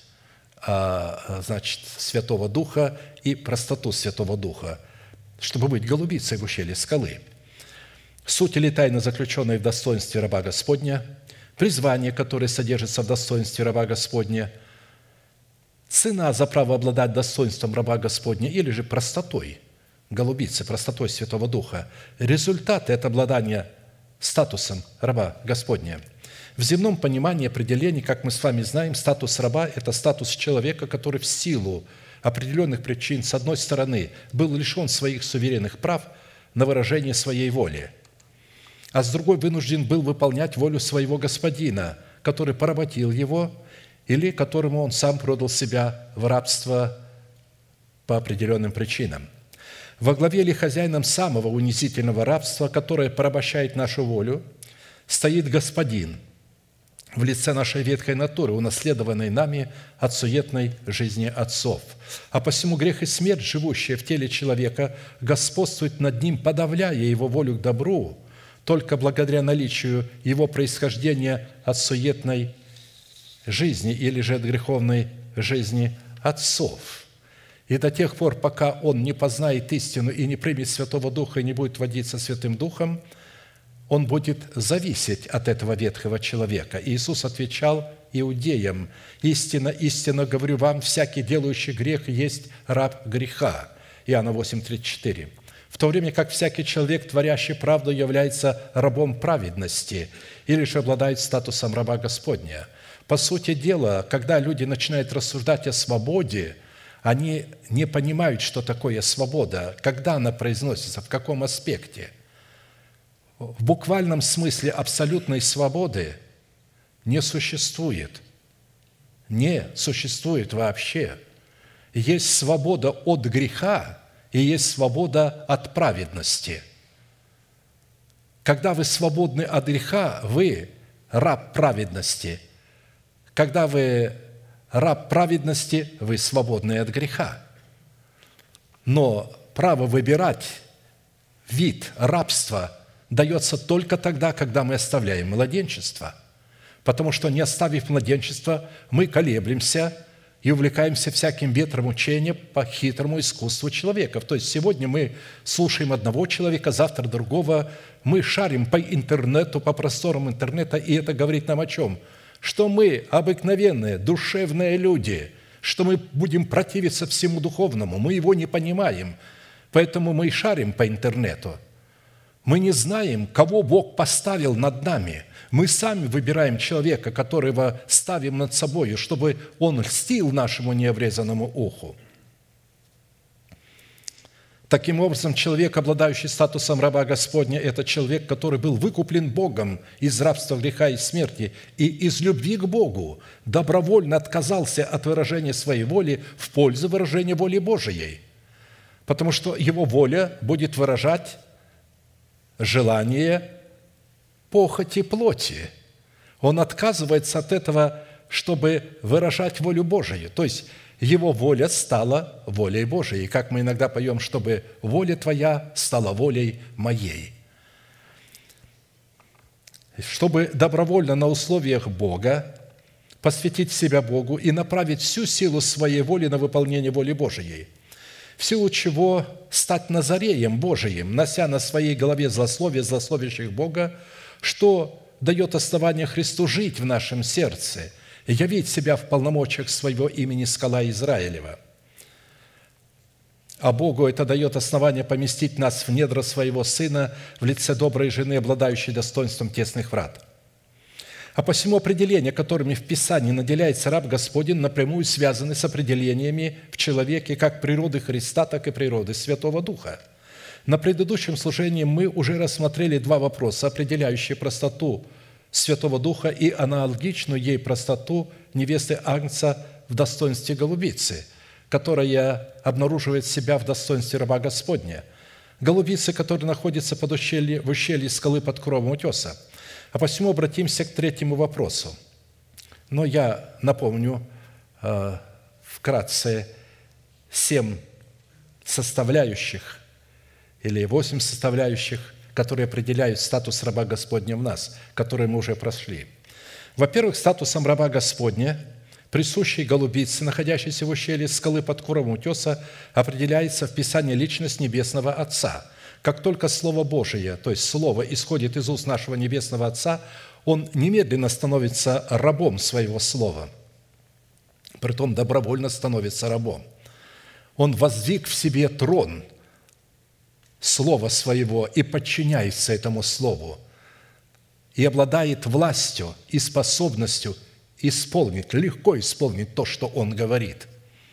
Святого Духа и простоту Святого Духа, чтобы быть голубицей в ущелье скалы. Суть или тайна, заключенная в достоинстве раба Господня, призвание, которое содержится в достоинстве раба Господня, цена за право обладать достоинством раба Господня или же простотой голубицы, простотой Святого Духа, результаты от обладания статусом раба Господня. В земном понимании определения, как мы с вами знаем, статус раба – это статус человека, который в силу определенных причин, с одной стороны, был лишен своих суверенных прав на выражение своей воли, а с другой вынужден был выполнять волю своего господина, который поработил его или которому он сам продал себя в рабство по определенным причинам. Во главе или хозяином самого унизительного рабства, которое порабощает нашу волю, стоит Господин в лице нашей ветхой натуры, унаследованной нами от суетной жизни отцов. А посему грех и смерть, живущие в теле человека, господствуют над ним, подавляя его волю к добру, только благодаря наличию его происхождения от суетной жизни или же от греховной жизни отцов. И до тех пор, пока он не познает истину и не примет Святого Духа и не будет водиться Святым Духом, он будет зависеть от этого ветхого человека. И Иисус отвечал иудеям: «Истинно, истинно говорю вам, всякий делающий грех есть раб греха». Иоанна 8:34. В то время как всякий человек, творящий правду, является рабом праведности или же обладает статусом раба Господня. По сути дела, когда люди начинают рассуждать о свободе, они не понимают, что такое свобода, когда она произносится, в каком аспекте. В буквальном смысле абсолютной свободы не существует. Не существует вообще. Есть свобода от греха и есть свобода от праведности. Когда вы свободны от греха, вы раб праведности. Когда вы раб праведности, вы свободны от греха. Но право выбирать вид рабства дается только тогда, когда мы оставляем младенчество. Потому что, не оставив младенчество, мы колеблемся и увлекаемся всяким ветром учения по хитрому искусству человека. То есть сегодня мы слушаем одного человека, завтра другого. Мы шарим по интернету, по просторам интернета, и это говорит нам о чем? Что мы обыкновенные, душевные люди, что мы будем противиться всему духовному, мы его не понимаем, поэтому мы и шарим по интернету. Мы не знаем, кого Бог поставил над нами. Мы сами выбираем человека, которого ставим над собой, чтобы он льстил нашему необрезанному уху. Таким образом, человек, обладающий статусом раба Господня, это человек, который был выкуплен Богом из рабства греха и смерти, и из любви к Богу добровольно отказался от выражения своей воли в пользу выражения воли Божией, потому что его воля будет выражать желание похоти плоти. Он отказывается от этого, чтобы выражать волю Божию. То есть его воля стала волей Божией. Как мы иногда поем, чтобы воля твоя стала волей моей. Чтобы добровольно на условиях Бога посвятить себя Богу и направить всю силу своей воли на выполнение воли Божией, в силу чего стать Назареем Божиим, нося на своей голове злословие злословящих Бога, что дает основание Христу жить в нашем сердце, явить себя в полномочиях своего имени скала Израилева. А Богу это дает основание поместить нас в недра своего Сына в лице доброй жены, обладающей достоинством тесных врат. А посему определения, которыми в Писании наделяется раб Господень, напрямую связаны с определениями в человеке как природы Христа, так и природы Святого Духа. На предыдущем служении мы уже рассмотрели два вопроса, определяющие простоту Святого Духа и аналогичную ей простоту невесты Агнца в достоинстве голубицы, которая обнаруживает себя в достоинстве раба Господня. Голубицы, которая находится в ущелье скалы под кровом утеса. А посему обратимся к третьему вопросу. Но я напомню вкратце 7 составляющих или 8 составляющих, которые определяют статус раба Господня в нас, которые мы уже прошли. Во-первых, статусом раба Господня, присущей голубице, находящейся в ущелье скалы под кровом утеса, определяется в Писании личность Небесного Отца. Как только Слово Божие, то есть Слово, исходит из уст нашего Небесного Отца, Он немедленно становится рабом своего Слова, притом добровольно становится рабом. Он воздвиг в себе трон Слова Своего и подчиняется этому Слову, и обладает властью и способностью исполнить, легко исполнить то, что Он говорит.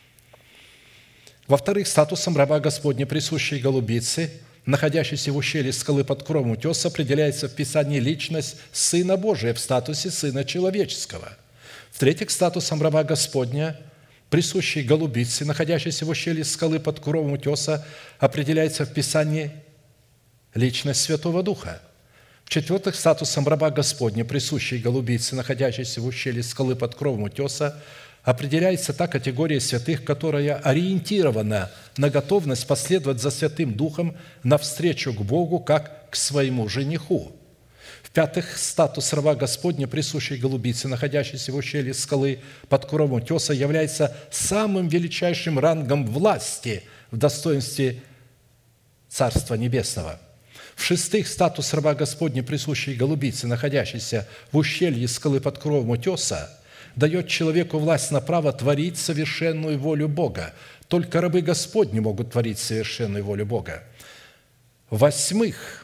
Во-вторых, статусом раба Господня, присущей голубице, находящейся в ущелье скалы под кровом утеса, определяется в Писании личность Сына Божия в статусе Сына Человеческого. В-третьих, статусом раба Господня, присущей голубице, находящейся в ущелье скалы под кровом утеса, определяется в Писании личность Святого Духа. В-четвертых, статусом раба Господня, присущей голубице, находящейся в ущелье скалы под кровом утеса, определяется та категория святых, которая ориентирована на готовность последовать за Святым Духом навстречу к Богу, как к своему жениху. В-пятых, статус раба Господня, присущий голубице, находящейся в ущелье скалы под кровом утеса, является самым величайшим рангом власти в достоинстве Царства Небесного. В-шестых, статус раба Господня, присущий голубице, находящейся в ущелье скалы под кровом утеса, дает человеку власть на право творить совершенную волю Бога. Только рабы Господни могут творить совершенную волю Бога. В-седьмых,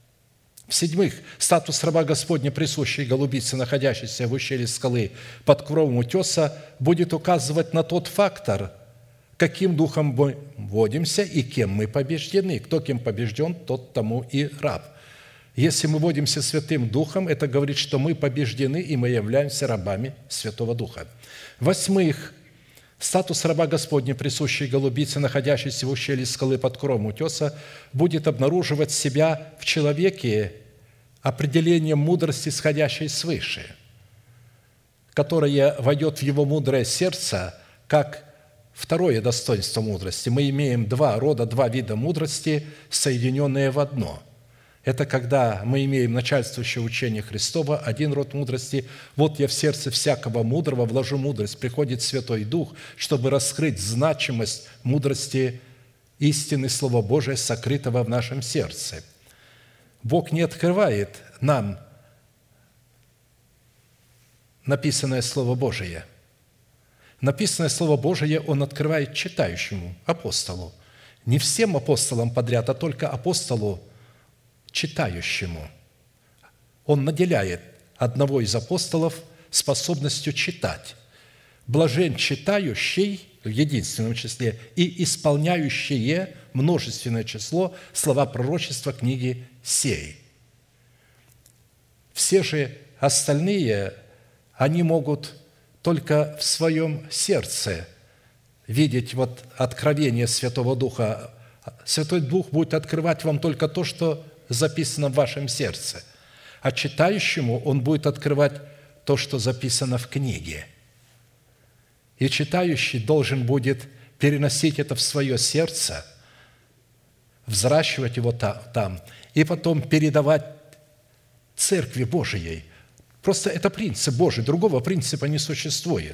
статус раба Господня, присущий голубице, находящейся в ущелье скалы под кровом утеса, будет указывать на тот фактор, каким духом мы водимся и кем мы побеждены. Кто кем побежден, тот тому и раб. Если мы водимся Святым Духом, это говорит, что мы побеждены, и мы являемся рабами Святого Духа. В-восьмых, статус раба Господня, присущий голубице, находящейся в ущелье скалы под кровом утеса, будет обнаруживать себя в человеке определением мудрости, исходящей свыше, которое войдет в его мудрое сердце, как второе достоинство мудрости. Мы имеем два рода, два вида мудрости, соединенные в одно. Это когда мы имеем начальствующее учение Христова, один род мудрости. Вот я в сердце всякого мудрого вложу мудрость. Приходит Святой Дух, чтобы раскрыть значимость мудрости истины Слова Божия, сокрытого в нашем сердце. Бог не открывает нам написанное Слово Божие. Написанное Слово Божие Он открывает читающему, апостолу. Не всем апостолам подряд, а только апостолу, читающему. Он наделяет одного из апостолов способностью читать. Блажен читающий в единственном числе и исполняющие множественное число слова пророчества книги сей. Все же остальные, они могут только в своем сердце видеть вот откровение Святого Духа. Святой Дух будет открывать вам только то, что записано в вашем сердце. А читающему он будет открывать то, что записано в книге. И читающий должен будет переносить это в свое сердце, взращивать его там, и потом передавать Церкви Божией. Просто это принцип Божий, другого принципа не существует.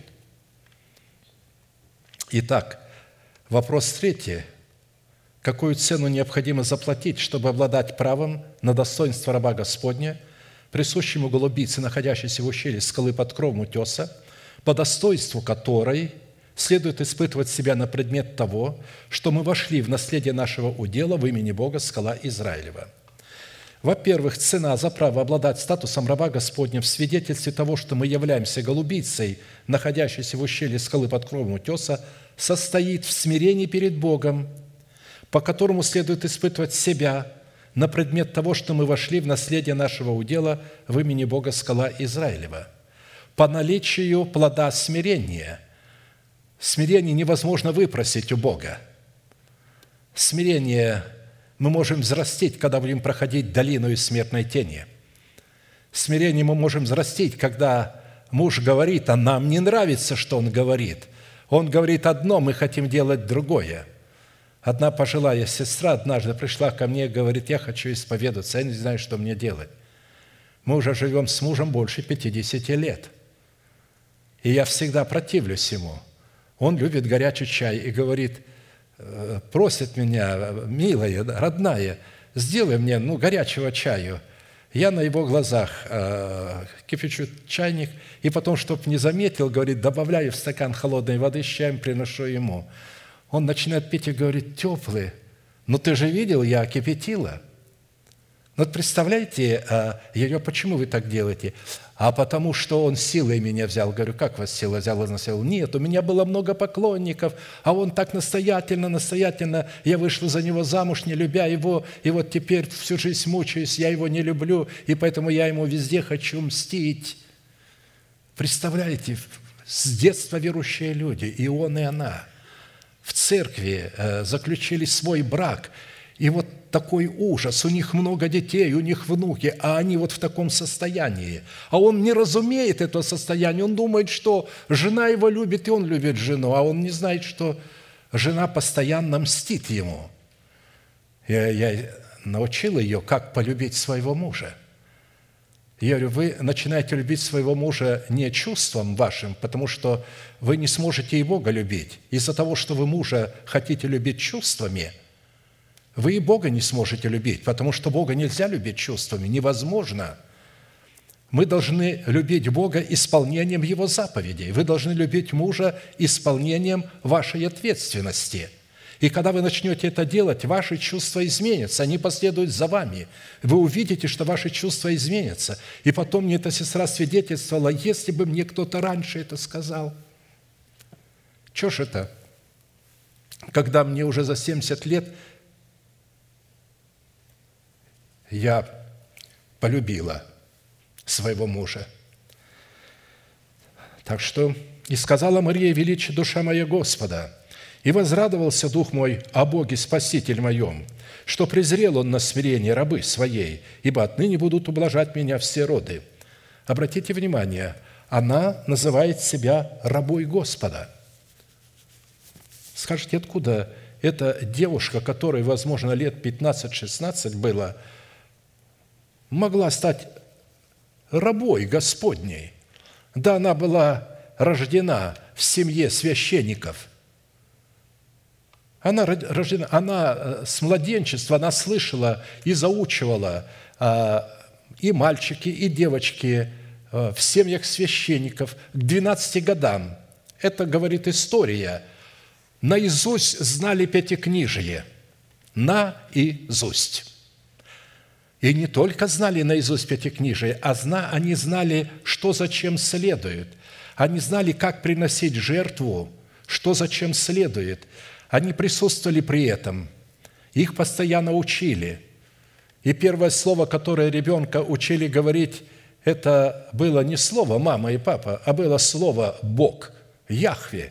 Итак, вопрос третий. Какую цену необходимо заплатить, чтобы обладать правом на достоинство раба Господня, присущему голубице, находящейся в ущелье скалы под кровом утеса, по достоинству которой следует испытывать себя на предмет того, что мы вошли в наследие нашего удела в имени Бога, скала Израилева? Во-первых, цена за право обладать статусом раба Господня в свидетельстве того, что мы являемся голубицей, находящейся в ущелье скалы под кровом утеса, состоит в смирении перед Богом, по которому следует испытывать себя на предмет того, что мы вошли в наследие нашего удела в имени Бога, скала Израилева. По наличию плода смирения. Смирение невозможно выпросить у Бога. Смирение мы можем взрастить, когда будем проходить долину из смертной тени. Смирение мы можем взрастить, когда муж говорит, а нам не нравится, что он говорит. Он говорит одно, мы хотим делать другое. Одна пожилая сестра однажды пришла ко мне и говорит, я хочу исповедаться, я не знаю, что мне делать. Мы уже живем с мужем больше 50 лет. И я всегда противлюсь ему. Он любит горячий чай и говорит, просит меня, милая, родная, сделай мне горячего чаю. Я на его глазах кипячу чайник, и потом, чтобы не заметил, говорит, добавляю в стакан холодной воды с чаем, приношу ему. Он начинает пить и говорит, теплый. Ну, ты же видел, я кипятила. Ну, представляете, я говорю, почему вы так делаете? А потому что он силой меня взял. Говорю, как вас сила взял? Он сказал, нет, у меня было много поклонников, а он так настоятельно, я вышла за него замуж, не любя его, и вот теперь всю жизнь мучаюсь, я его не люблю, и поэтому я ему везде хочу мстить. Представляете, с детства верующие люди, и он, и она, в церкви заключили свой брак, и вот такой ужас, у них много детей, у них внуки, а они вот в таком состоянии. А он не разумеет этого состояния, он думает, что жена его любит, и он любит жену, а он не знает, что жена постоянно мстит ему. Я научил ее, как полюбить своего мужа. Я говорю, вы начинаете любить своего мужа не чувством вашим, потому что вы не сможете и Бога любить. Из-за того, что вы мужа хотите любить чувствами, вы и Бога не сможете любить, потому что Бога нельзя любить чувствами, невозможно. Мы должны любить Бога исполнением Его заповедей. Вы должны любить мужа исполнением вашей ответственности. И когда вы начнете это делать, ваши чувства изменятся, они последуют за вами. Вы увидите, что ваши чувства изменятся. И потом мне эта сестра свидетельствовала, если бы мне кто-то раньше это сказал. Чего ж это? Когда мне уже за 70 лет я полюбила своего мужа. Так что, и сказала Мария, величи душа моя Господа, и возрадовался дух мой о Боге Спаситель моем, что презрел Он на смирение рабы своей, ибо отныне будут ублажать меня все роды. Обратите внимание, она называет себя рабой Господа. Скажете, откуда эта девушка, которой, возможно, лет 15-16 было, могла стать рабой Господней? Да, она была рождена в семье священников. Она с младенчества, она слышала и заучивала и мальчики, и девочки в семьях священников к 12 годам. Это, говорит история, наизусть знали Пятикнижие. Наизусть. И не только знали наизусть Пятикнижие, а они знали, что зачем следует. Они знали, как приносить жертву, что зачем следует. Они присутствовали при этом, их постоянно учили. И первое слово, которое ребенка учили говорить, это было не слово «мама» и «папа», а было слово «Бог», «Яхве».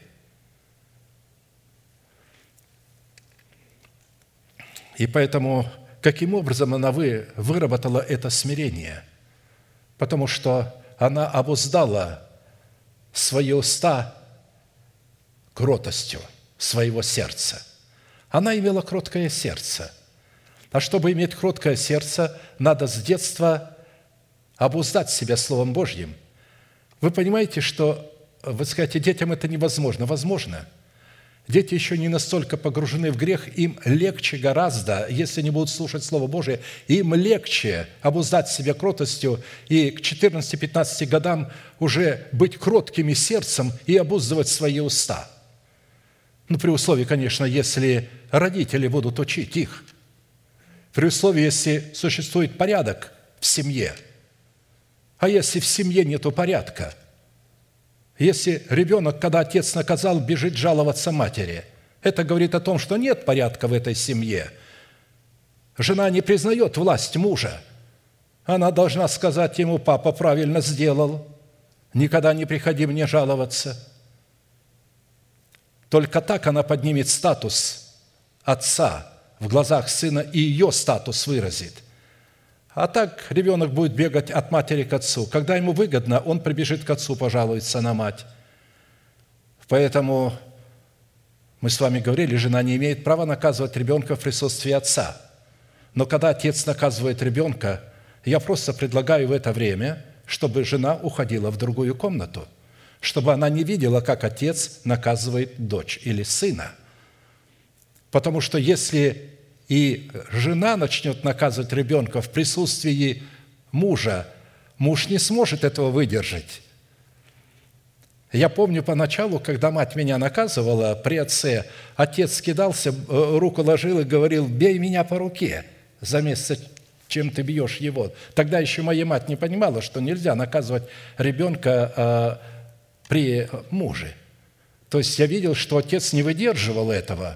И поэтому, каким образом она выработала это смирение? Потому что она обуздала свои уста кротостью своего сердца. Она имела кроткое сердце. А чтобы иметь кроткое сердце, надо с детства обуздать себя Словом Божьим. Вы понимаете, что, вы скажете, детям это невозможно. Возможно. Дети еще не настолько погружены в грех, им легче гораздо, если они будут слушать Слово Божие, им легче обуздать себя кротостью и к 14-15 годам уже быть кроткими сердцем и обуздывать свои уста. Ну, при условии, конечно, если родители будут учить их, при условии, если существует порядок в семье. А если в семье нету порядка? Если ребенок, когда отец наказал, бежит жаловаться матери, это говорит о том, что нет порядка в этой семье. Жена не признает власть мужа. Она должна сказать ему: папа правильно сделал, никогда не приходи мне жаловаться. Только так она поднимет статус отца в глазах сына и ее статус выразит. А так ребенок будет бегать от матери к отцу. Когда ему выгодно, он прибежит к отцу, пожалуется на мать. Поэтому мы с вами говорили, жена не имеет права наказывать ребенка в присутствии отца. Но когда отец наказывает ребенка, я просто предлагаю в это время, чтобы жена уходила в другую комнату, чтобы она не видела, как отец наказывает дочь или сына. Потому что если и жена начнет наказывать ребенка в присутствии мужа, муж не сможет этого выдержать. Я помню поначалу, когда мать меня наказывала при отце, отец кидался, руку ложил и говорил: «Бей меня по руке за место, чем ты бьешь его». Тогда еще моя мать не понимала, что нельзя наказывать ребенка при муже. То есть я видел, что отец не выдерживал этого.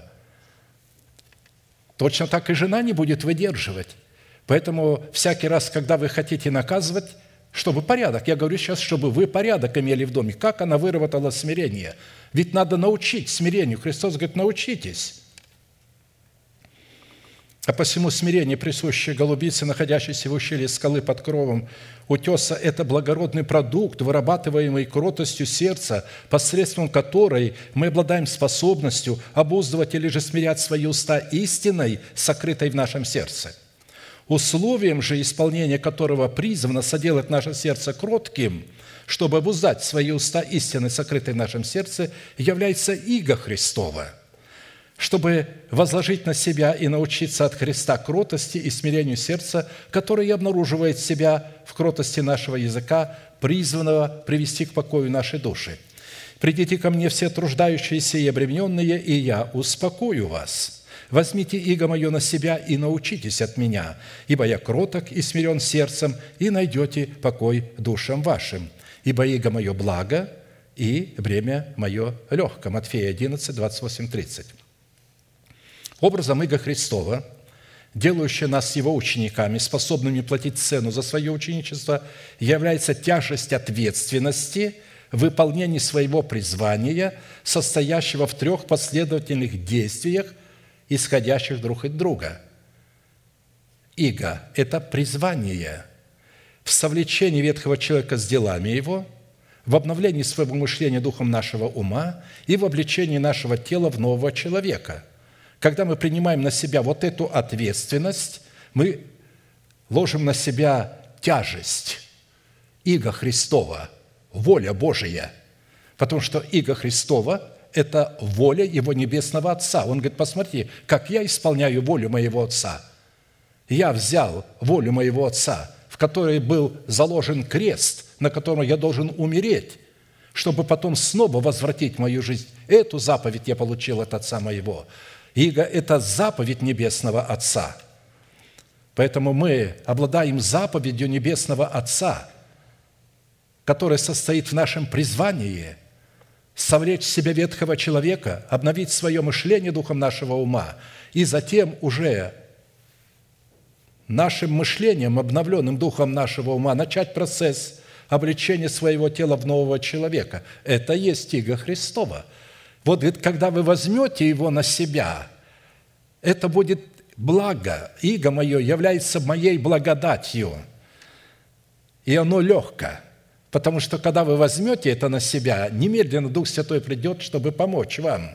Точно так и жена не будет выдерживать. Поэтому всякий раз, когда вы хотите наказывать, чтобы порядок, я говорю сейчас, чтобы вы порядок имели в доме. Как она выработала смирение? Ведь надо научить смирению. Христос говорит: научитесь. А посему смирение, присущее голубице, находящейся в ущелье скалы под кровом утеса, это благородный продукт, вырабатываемый кротостью сердца, посредством которой мы обладаем способностью обуздывать или же смирять свои уста истиной, сокрытой в нашем сердце. условием же исполнения которого призвано соделать наше сердце кротким, чтобы обуздать свои уста истины, сокрытой в нашем сердце, является иго Христова, чтобы возложить на себя и научиться от Христа кротости и смирению сердца, которое обнаруживает себя в кротости нашего языка, призванного привести к покою нашей души. «Придите ко мне все труждающиеся и обремененные, и я успокою вас. Возьмите иго мое на себя и научитесь от меня, ибо я кроток и смирен сердцем, и найдете покой душам вашим. Ибо иго мое благо, и бремя мое легко». Матфея 11, 28, 30. Образом иго Христова, делающее нас Его учениками, способными платить цену за свое ученичество, является тяжесть ответственности в выполнении своего призвания, состоящего в 3 последовательных действиях, исходящих друг от друга. Иго – это призвание в совлечении ветхого человека с делами его, в обновлении своего мышления духом нашего ума и в облечении нашего тела в нового человека. Когда мы принимаем на себя вот эту ответственность, мы ложим на себя тяжесть иго Христова, воля Божия, потому что иго Христова – это воля Его Небесного Отца. Он говорит: посмотри, как я исполняю волю моего Отца. Я взял волю моего Отца, в которой был заложен крест, на котором я должен умереть, чтобы потом снова возвратить мою жизнь. Эту заповедь я получил от Отца моего. Иго – это заповедь Небесного Отца. Поэтому мы обладаем заповедью Небесного Отца, которая состоит в нашем призвании – совлечь в себя ветхого человека, обновить свое мышление духом нашего ума, и затем уже нашим мышлением, обновленным духом нашего ума, начать процесс облечения своего тела в нового человека. Это есть иго Христово. Вот ведь когда вы возьмете его на себя, это будет благо. Иго мое является моей благодатью, и оно легко. Потому что, когда вы возьмете это на себя, немедленно Дух Святой придет, чтобы помочь вам.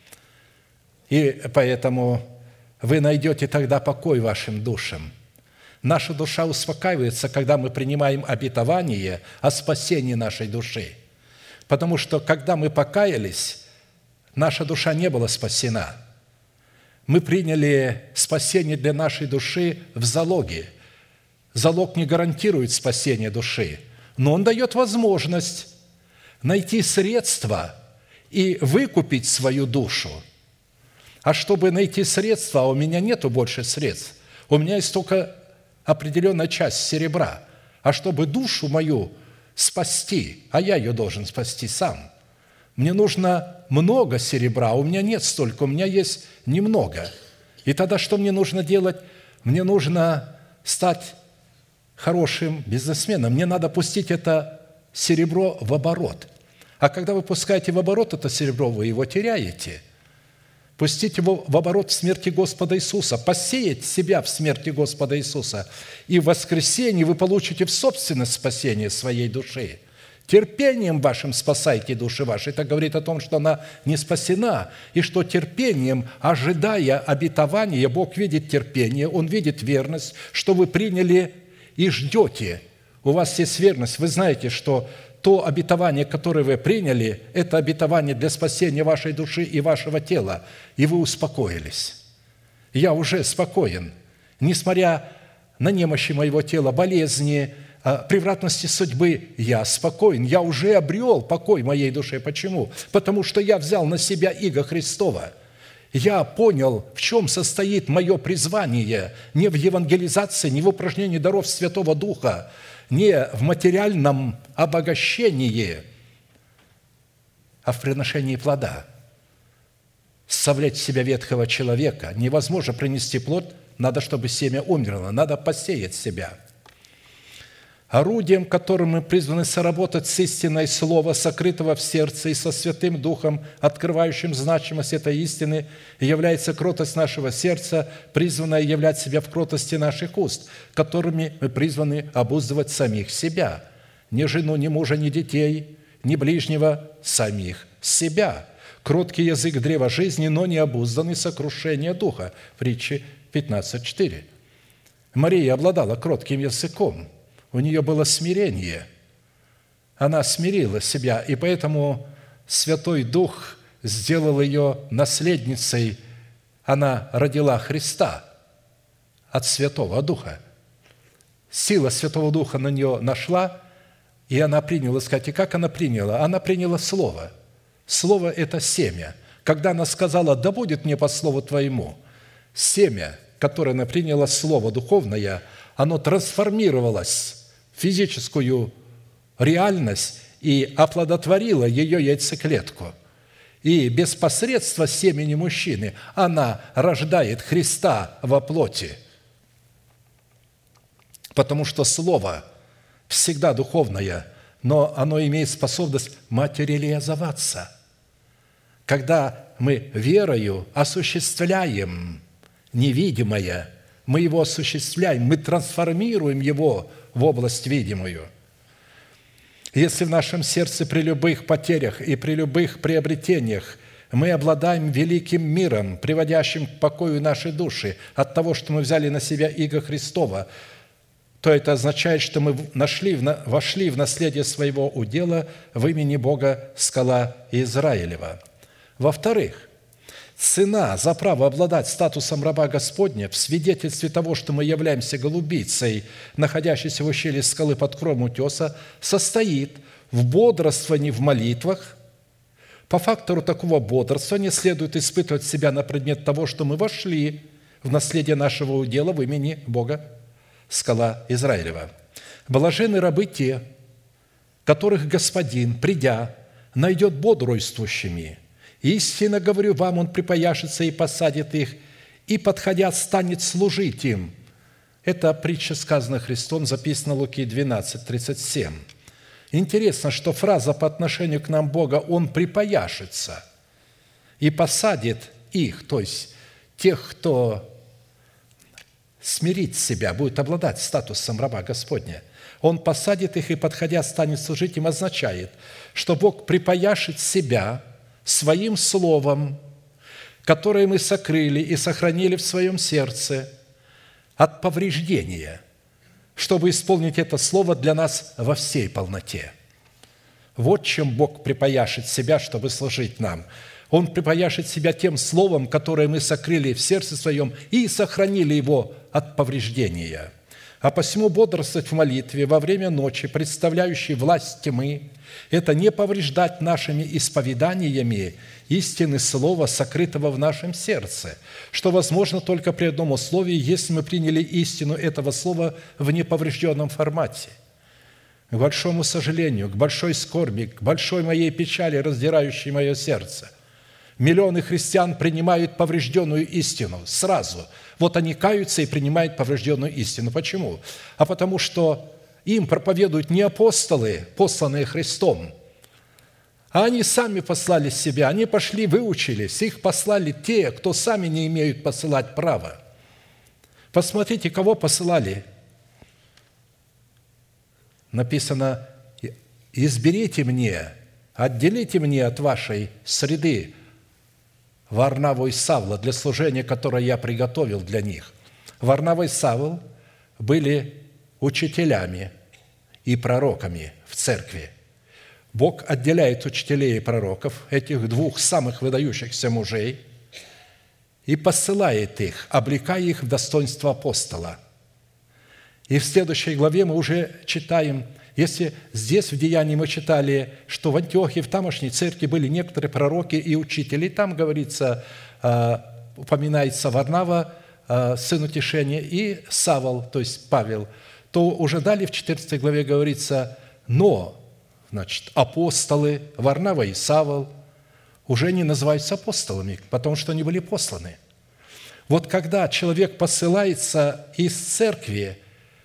И поэтому вы найдете тогда покой вашим душам. Наша душа успокаивается, когда мы принимаем обетование о спасении нашей души. Потому что, когда мы покаялись, наша душа не была спасена. Мы приняли спасение для нашей души в залоге. Залог не гарантирует спасение души, но он дает возможность найти средства и выкупить свою душу. А чтобы найти средства, а у меня нету больше средств, у меня есть только определенная часть серебра. А чтобы душу мою спасти, а я ее должен спасти сам, мне нужно много серебра, а у меня нет столько, у меня есть немного. И тогда что мне нужно делать? Мне нужно стать хорошим бизнесменом. Мне надо пустить это серебро в оборот. А когда вы пускаете в оборот это серебро, вы его теряете. Пустить его в оборот в смерти Господа Иисуса, посеять себя в смерти Господа Иисуса. И в воскресенье вы получите в собственность спасение своей души. Терпением вашим спасайте души ваши. Это говорит о том, что она не спасена, и что терпением, ожидая обетования, Бог видит терпение, Он видит верность, что вы приняли и ждете. У вас есть верность. Вы знаете, что то обетование, которое вы приняли, это обетование для спасения вашей души и вашего тела, и вы успокоились. Я уже спокоен. Несмотря на немощи моего тела, болезни, превратности судьбы, я спокоен. Я уже обрел покой моей душе. Почему? Потому что я взял на себя иго Христова. Я понял, в чем состоит мое призвание, не в евангелизации, не в упражнении даров Святого Духа, не в материальном обогащении, а в приношении плода. Совлечь в себя ветхого человека невозможно принести плод, надо, чтобы семя умерло, надо посеять себя. Орудием, которым мы призваны соработать с истиной слова, сокрытого в сердце, и со Святым Духом, открывающим значимость этой истины, является кротость нашего сердца, призванная являть себя в кротости наших уст, которыми мы призваны обуздывать самих себя. Ни жену, ни мужа, ни детей, ни ближнего, самих себя. Кроткий язык – древа жизни, но не обузданный сокрушение духа. Притчи 15:4. Мария обладала кротким языком, у нее было смирение. Она смирила себя, и поэтому Святой Дух сделал ее наследницей. Она родила Христа от Святого Духа. Сила Святого Духа на нее нашла, и она приняла, сказать, и как она приняла? Она приняла Слово. Слово – это семя. Когда она сказала: «Да будет мне по слову Твоему», семя, которое она приняла, Слово духовное, оно трансформировалось в физическую реальность и оплодотворило ее яйцеклетку. И без посредства семени мужчины она рождает Христа во плоти. Потому что Слово всегда духовное, но оно имеет способность материализоваться. Когда мы верою осуществляем невидимое, мы его осуществляем, мы трансформируем его в область видимую. Если в нашем сердце при любых потерях и при любых приобретениях мы обладаем великим миром, приводящим к покою нашей души от того, что мы взяли на себя иго Христова, то это означает, что мы вошли в наследие своего удела в имени Бога Скала Израилева. Во-вторых, цена за право обладать статусом раба Господня в свидетельстве того, что мы являемся голубицей, находящейся в ущелье скалы под кровом утеса, состоит в бодрствовании в молитвах. По фактору такого бодрствования следует испытывать себя на предмет того, что мы вошли в наследие нашего удела в имени Бога Скала Израилева. Блаженны рабы те, которых Господин, придя, найдет бодрствующими. Истинно говорю вам, Он припояшется и посадит их, и, подходя, станет служить им». Это притча, сказана Христом, записана в Луки 12:37. Интересно, что фраза по отношению к нам Бога «Он припояшется и посадит их», то есть тех, кто смирит себя, будет обладать статусом раба Господня. Он посадит их и, подходя, станет служить им, означает, что Бог припояшит себя Своим Словом, которое мы сокрыли и сохранили в своем сердце от повреждения, чтобы исполнить это Слово для нас во всей полноте. Вот чем Бог припояшит себя, чтобы служить нам. Он припояшит себя тем Словом, которое мы сокрыли в сердце своем и сохранили его от повреждения. А посему бодрствовать в молитве во время ночи, представляющей власть тьмы, это не повреждать нашими исповеданиями истины слова, сокрытого в нашем сердце, что возможно только при одном условии, если мы приняли истину этого слова в неповрежденном формате. К большому сожалению, к большой скорби, к большой моей печали, раздирающей мое сердце, миллионы христиан принимают поврежденную истину сразу. Вот они каются и принимают поврежденную истину. Почему? А потому что им проповедуют не апостолы, посланные Христом, а они сами послали себя, они пошли, выучились, их послали те, кто сами не имеют посылать права. Посмотрите, кого посылали. Написано: «Изберите мне, отделите мне от вашей среды Варнаву и Савла для служения, которое я приготовил для них». Варнава и Савл были учителями и пророками в церкви. Бог отделяет учителей и пророков, этих двух самых выдающихся мужей, и посылает их, облекая их в достоинство апостола. И в следующей главе мы уже читаем, если здесь в Деянии мы читали, что в Антиохии, в тамошней церкви были некоторые пророки и учители, там говорится, упоминается Варнава, сын утешения, и Савл, то есть Павел, то уже далее в 14 главе говорится: «Но, значит, апостолы Варнава и Савл уже не называются апостолами, потому что они были посланы». Вот когда человек посылается из церкви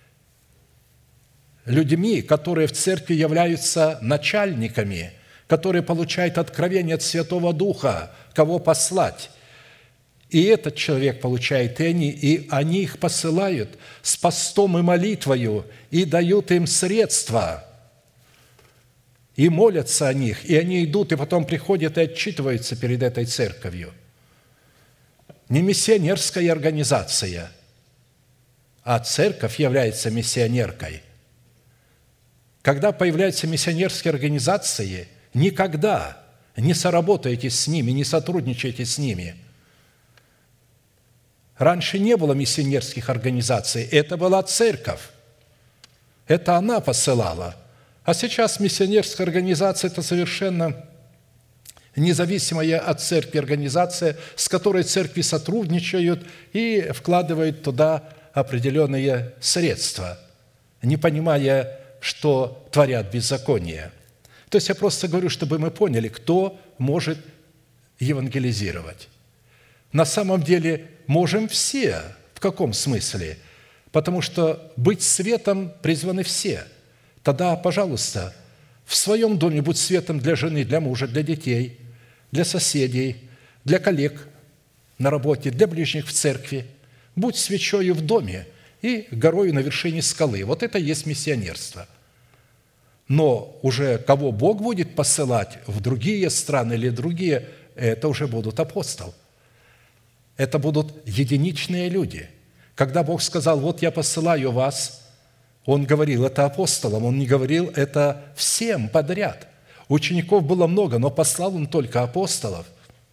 людьми, которые в церкви являются начальниками, которые получают откровение от Святого Духа, кого послать, и этот человек получает, и они их посылают с постом и молитвою, и дают им средства, и молятся о них, и они идут, и потом приходят и отчитываются перед этой церковью. Не миссионерская организация, а церковь является миссионеркой. Когда появляются миссионерские организации, никогда не соработаете с ними, не сотрудничайте с ними. Раньше не было миссионерских организаций, это была церковь. Это она посылала. А сейчас миссионерская организация – это совершенно независимая от церкви организация, с которой церкви сотрудничают и вкладывают туда определенные средства, не понимая, что творят беззаконие. То есть я просто говорю, чтобы мы поняли, кто может евангелизировать. На самом деле можем все. В каком смысле? Потому что быть светом призваны все. Тогда, пожалуйста, в своем доме будь светом для жены, для мужа, для детей, для соседей, для коллег на работе, для ближних в церкви. Будь свечою в доме и горою на вершине скалы. Вот это и есть миссионерство. Но уже кого Бог будет посылать в другие страны или другие, это уже будут апостолы. Это будут единичные люди. Когда Бог сказал, вот я посылаю вас, Он говорил это апостолам, Он не говорил это всем подряд. Учеников было много, но послал Он только апостолов.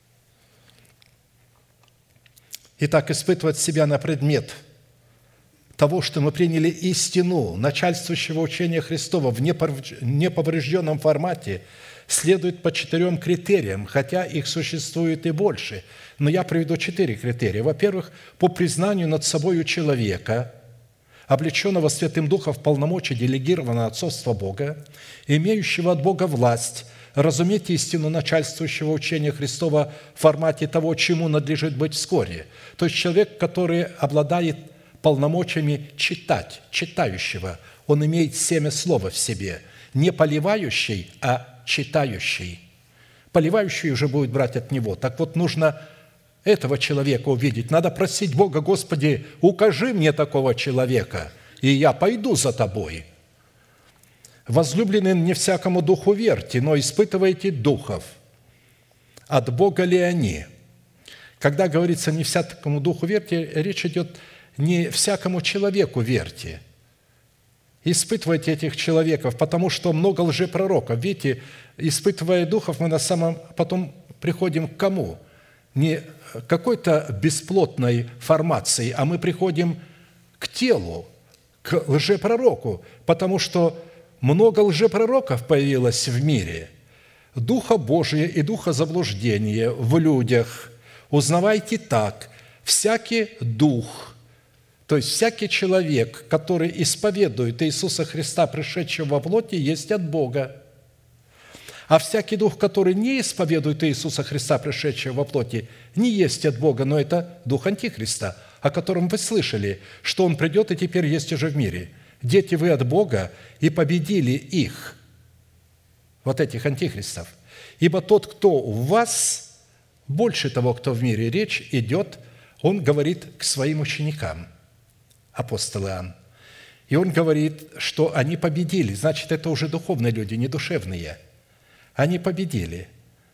Итак, испытывать себя на предмет того, что мы приняли истину начальствующего учения Христова в неповрежденном формате, следует по 4 критериям, хотя их существует и больше. Но я приведу 4 критерия. Во-первых, по признанию над собою человека, облеченного Святым Духом в полномочия делегированного отцовства Бога, имеющего от Бога власть, разуметь истину начальствующего учения Христова в формате того, чему надлежит быть вскоре. То есть человек, который обладает полномочиями читать, читающего, он имеет семя слова в себе, не поливающий, а читающий. Поливающий уже будет брать от него. Так вот, нужно этого человека увидеть. Надо просить Бога: Господи, укажи мне такого человека, и я пойду за Тобой. Возлюбленные, не всякому духу верьте, но испытывайте духов, от Бога ли они. Когда говорится «не всякому духу верьте», речь идет не всякому человеку верьте. Испытывайте этих человеков, потому что много лжепророков. Видите, испытывая духов, мы на самом потом приходим к кому? Не какой-то бесплотной формации, а мы приходим к телу, к лжепророку, потому что много лжепророков появилось в мире. Духа Божия и духа заблуждения в людях узнавайте так: всякий дух, то есть всякий человек, который исповедует Иисуса Христа, пришедшего во плоти, есть от Бога. А всякий дух, который не исповедует Иисуса Христа, пришедшего во плоти, не есть от Бога, но это дух Антихриста, о котором вы слышали, что он придет и теперь есть уже в мире. Дети, вы от Бога, и победили их, вот этих антихристов. Ибо тот, кто в вас, больше того, кто в мире. Речь идет, он говорит к своим ученикам, апостол Иоанн. И он говорит, что они победили. Значит, это уже духовные люди, не душевные. Они победили.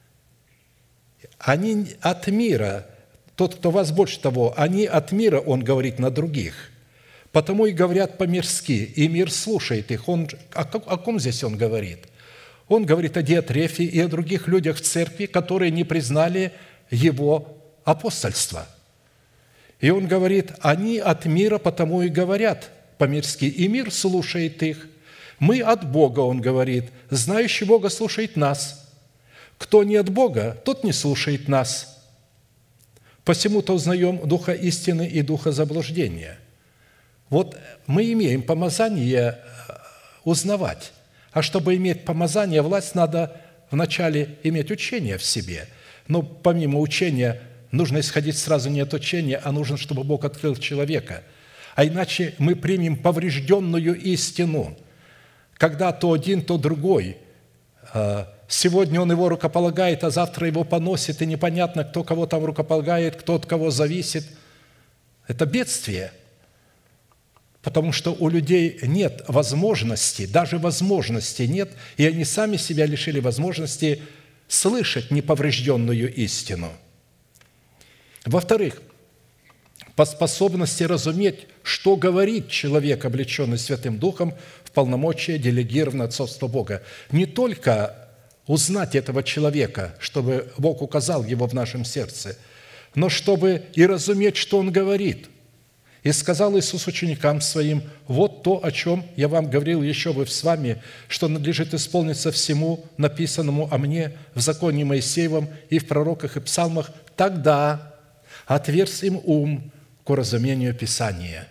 Они от мира, тот, кто вас больше того, они от мира, он говорит, на других. Потому и говорят по-мирски, и мир слушает их. О ком здесь он говорит? Он говорит о Диотрефе и о других людях в церкви, которые не признали его апостольства. И он говорит, они от мира, потому и говорят по-мирски, и мир слушает их. Мы от Бога, он говорит, знающий Бога слушает нас. Кто не от Бога, тот не слушает нас. Посему-то узнаем духа истины и духа заблуждения. Вот мы имеем помазание узнавать. А чтобы иметь помазание, власть, надо вначале иметь учение в себе. Но помимо учения нужно исходить сразу не от учения, а нужно, чтобы Бог открыл человека. А иначе мы примем поврежденную истину, когда то один, то другой. Сегодня он его рукополагает, а завтра его поносит, и непонятно, кто кого там рукополагает, кто от кого зависит. Это бедствие. Потому что у людей нет возможности, даже возможности нет, и они сами себя лишили возможности слышать неповрежденную истину. Во-вторых, по способности разуметь, что говорит человек, облеченный Святым Духом в полномочия делегированного отцовства Бога. Не только узнать этого человека, чтобы Бог указал его в нашем сердце, но чтобы и разуметь, что он говорит. И сказал Иисус ученикам Своим: «Вот то, о чем я вам говорил еще с вами, что надлежит исполниться всему написанному о мне в законе Моисеевом и в пророках и псалмах, тогда отверз им ум к уразумению Писания».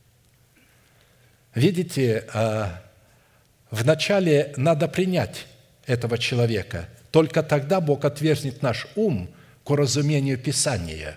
Видите, вначале надо принять этого человека. Только тогда Бог отверзнет наш ум к уразумению Писания.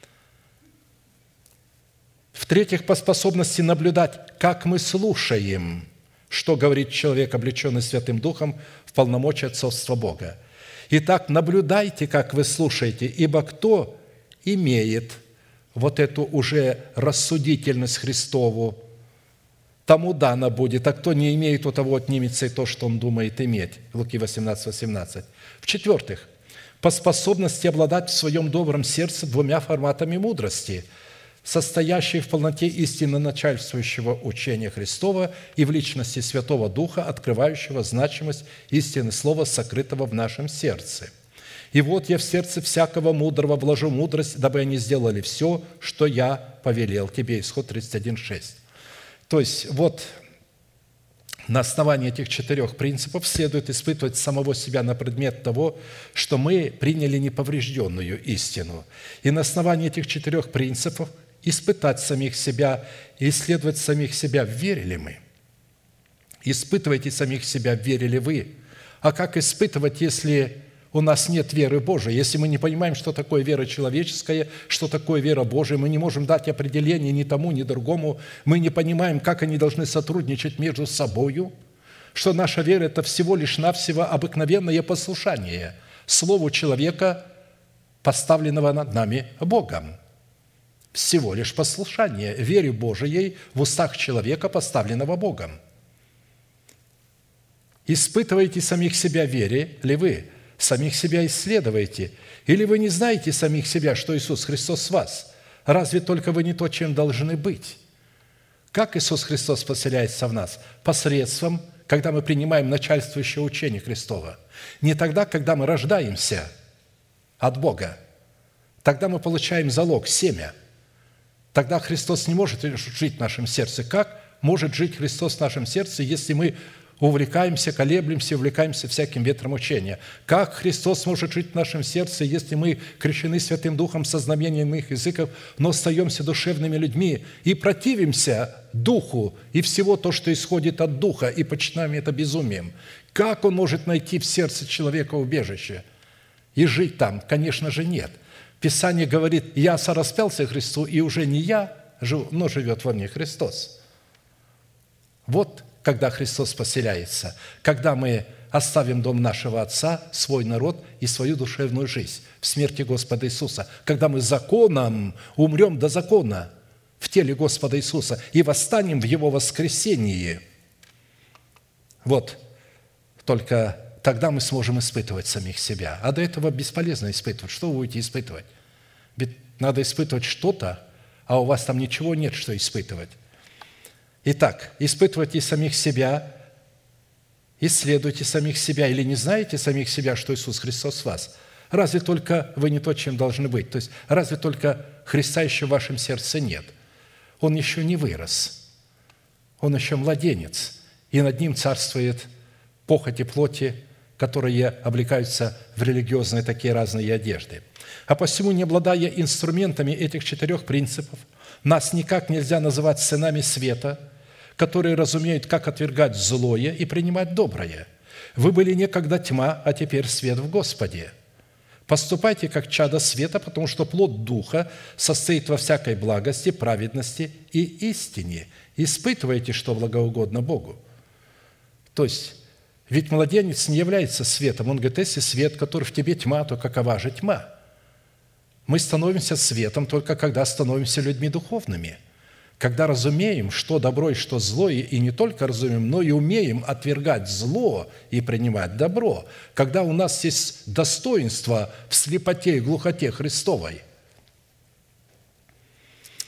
В-третьих, по способности наблюдать, как мы слушаем, что говорит человек, облеченный Святым Духом в полномочия отцовства Бога. Итак, наблюдайте, как вы слушаете, ибо кто имеет вот эту уже рассудительность Христову, тому дано будет, а кто не имеет, у того отнимется и то, что он думает иметь. Луки 18:18. В-четвертых, по способности обладать в своем добром сердце двумя форматами мудрости, состоящей в полноте истинно начальствующего учения Христова и в личности Святого Духа, открывающего значимость истины слова, сокрытого в нашем сердце. «И вот я в сердце всякого мудрого вложу мудрость, дабы они сделали все, что я повелел тебе». Исход 31:6. То есть, вот на основании этих 4 принципов следует испытывать самого себя на предмет того, что мы приняли неповрежденную истину. И на основании этих 4 принципов испытать самих себя и исследовать самих себя, верили мы. Испытывайте самих себя, верили вы. А как испытывать, если у нас нет веры Божией, если мы не понимаем, что такое вера человеческая, что такое вера Божия, мы не можем дать определение ни тому, ни другому, мы не понимаем, как они должны сотрудничать между собою, что наша вера – это всего лишь навсего обыкновенное послушание слову человека, поставленного над нами Богом. Всего лишь послушание вере Божией в устах человека, поставленного Богом. Испытывайте самих себя, вере ли вы? Самих себя исследуйте. Или вы не знаете самих себя, что Иисус Христос в вас? Разве только вы не то, чем должны быть? Как Иисус Христос поселяется в нас? Посредством, когда мы принимаем начальствующее учение Христова. Не тогда, когда мы рождаемся от Бога. Тогда мы получаем залог, семя. Тогда Христос не может жить в нашем сердце. Как может жить Христос в нашем сердце, если мы увлекаемся, колеблемся, увлекаемся всяким ветром учения? Как Христос может жить в нашем сердце, если мы крещены Святым Духом со знамением иных языков, но остаемся душевными людьми и противимся Духу и всего то, что исходит от Духа, и почитаем это безумием? Как Он может найти в сердце человека убежище и жить там? Конечно же, нет. Писание говорит: «Я сораспялся Христу, и уже не я живу, но живет во мне Христос». Вот когда Христос поселяется, когда мы оставим дом нашего Отца, свой народ и свою душевную жизнь в смерти Господа Иисуса, когда мы законом умрем до закона в теле Господа Иисуса и восстанем в Его воскресении. Вот только тогда мы сможем испытывать самих себя. А до этого бесполезно испытывать. Что вы будете испытывать? Ведь надо испытывать что-то, а у вас там ничего нет, что испытывать. Итак, испытывайте самих себя, исследуйте самих себя, или не знаете самих себя, что Иисус Христос в вас? Разве только вы не то, чем должны быть? То есть, разве только Христа еще в вашем сердце нет? Он еще не вырос, он еще младенец, и над ним царствует похоть и плоти, которые облекаются в религиозные такие разные одежды. А посему, не обладая инструментами этих 4 принципов, нас никак нельзя называть сынами света, которые разумеют, как отвергать злое и принимать доброе. Вы были некогда тьма, а теперь свет в Господе. Поступайте, как чада света, потому что плод Духа состоит во всякой благости, праведности и истине. Испытывайте, что благоугодно Богу. То есть, ведь младенец не является светом. Он говорит: если свет, который в тебе тьма, то какова же тьма? Мы становимся светом только когда становимся людьми духовными, когда разумеем, что добро и что зло, и не только разумеем, но и умеем отвергать зло и принимать добро, когда у нас есть достоинство в слепоте и глухоте Христовой.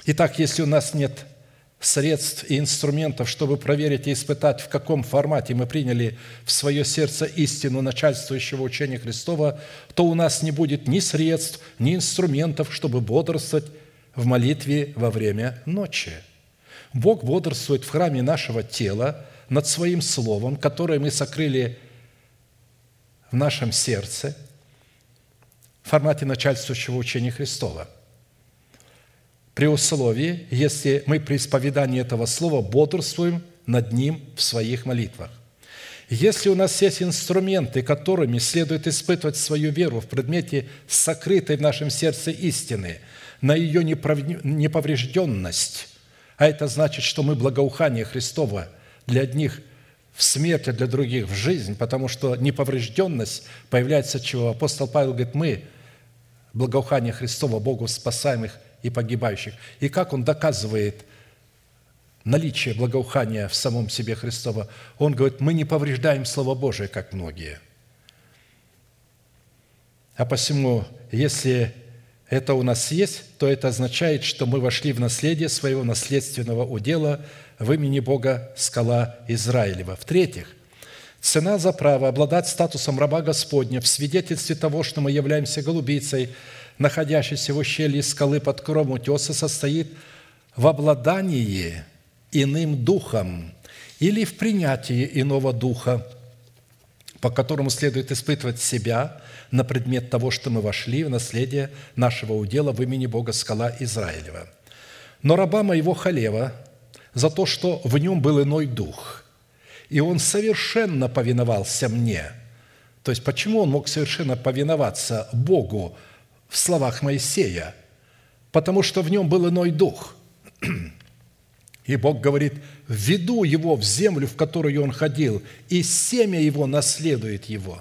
Итак, если у нас нет средств и инструментов, чтобы проверить и испытать, в каком формате мы приняли в свое сердце истину начальствующего учения Христова, то у нас не будет ни средств, ни инструментов, чтобы бодрствовать в молитве во время ночи. Бог бодрствует в храме нашего тела над Своим Словом, которое мы сокрыли в нашем сердце в формате начальствующего учения Христова, при условии, если мы при исповедании этого слова бодрствуем над ним в своих молитвах. Если у нас есть инструменты, которыми следует испытывать свою веру в предмете сокрытой в нашем сердце истины, на ее неповрежденность, а это значит, что мы благоухание Христово для одних в смерть, а для других в жизнь, потому что неповрежденность появляется от чего? Апостол Павел говорит, мы благоухание Христово Богу спасаемых и погибающих. И как он доказывает наличие благоухания в самом себе Христова? Он говорит, мы не повреждаем Слово Божие, как многие. А посему, если это у нас есть, то это означает, что мы вошли в наследие своего наследственного удела в имени Бога скала Израилева. В-третьих, цена за право обладать статусом раба Господня в свидетельстве того, что мы являемся голубицей, находящейся в ущелье скалы под кровом утеса, состоит в обладании иным духом или в принятии иного духа, по которому следует испытывать себя на предмет того, что мы вошли в наследие нашего удела в имени Бога скала Израилева. Но раба моего Халева за то, что в нем был иной дух, и он совершенно повиновался мне». То есть, почему он мог совершенно повиноваться Богу в словах Моисея? Потому что в нем был иной дух. И Бог говорит, «Введу его в землю, в которую он ходил, и семя его наследует его».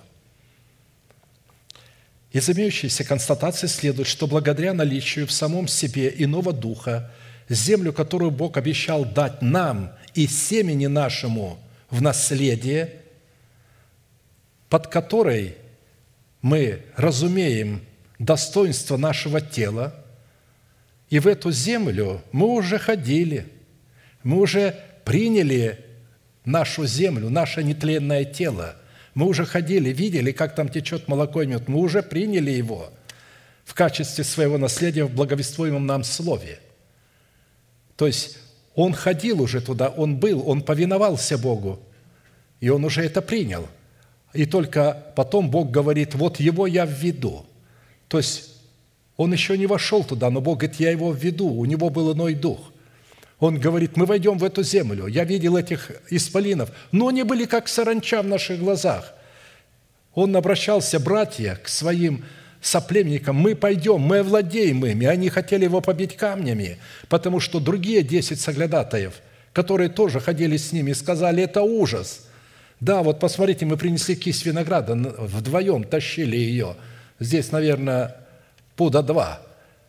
Из имеющейся констатации следует, что благодаря наличию в самом себе иного духа, землю, которую Бог обещал дать нам и семени нашему в наследие, под которой мы разумеем достоинство нашего тела, и в эту землю мы уже ходили, мы уже приняли нашу землю, наше нетленное тело, мы уже ходили, видели, как там течет молоко и мед, мы уже приняли его в качестве своего наследия в благовествуемом нам слове. То есть он ходил уже туда, он был, он повиновался Богу, и он уже это принял. И только потом Бог говорит, вот его я введу. То есть он еще не вошел туда, но Бог говорит, я его введу, у него был иной дух. Он говорит, мы войдем в эту землю. Я видел этих исполинов, но они были как саранча в наших глазах. Он обращался, братья, к своим соплеменникам, мы пойдем, мы овладеем ими. Они хотели его побить камнями, потому что другие 10 соглядатаев, которые тоже ходили с ними, сказали, это ужас. Да, вот посмотрите, мы принесли кисть винограда, вдвоем тащили ее. Здесь, наверное, пуда 2.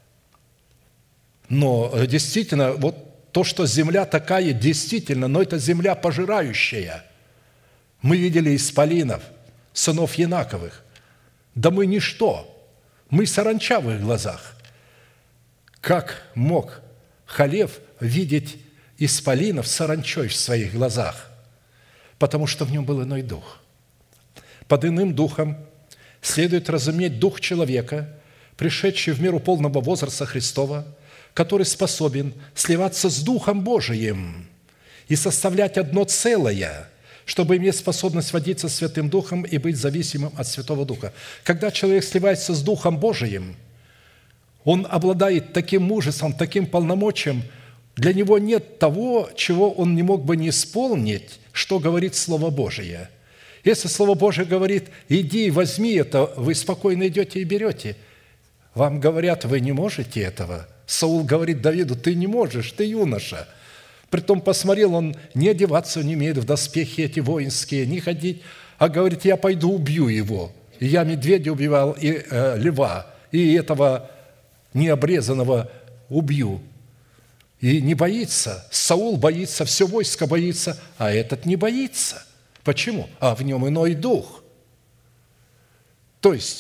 Но действительно, вот то, что земля такая, действительно, но это земля пожирающая. Мы видели исполинов, сынов Янаковых. Да мы ничто, мы саранча в их глазах. Как мог Халев видеть исполинов саранчой в своих глазах? Потому что в нем был иной дух. Под иным духом следует разуметь дух человека, пришедший в меру полного возраста Христова, который способен сливаться с Духом Божиим и составлять одно целое, чтобы иметь способность водиться Святым Духом и быть зависимым от Святого Духа. Когда человек сливается с Духом Божиим, он обладает таким мужеством, таким полномочием, для него нет того, чего он не мог бы не исполнить, что говорит Слово Божие. Если Слово Божие говорит, иди, возьми это, вы спокойно идете и берете. Вам говорят, вы не можете этого. Саул говорит Давиду, ты не можешь, ты юноша. Притом посмотрел, он не одеваться не умеет в доспехи эти воинские, не ходить, а говорит, я пойду убью его. И я медведя убивал, и льва, и этого необрезанного убью. И не боится. Саул боится, все войско боится, а этот не боится. Почему? А в нем иной дух. То есть,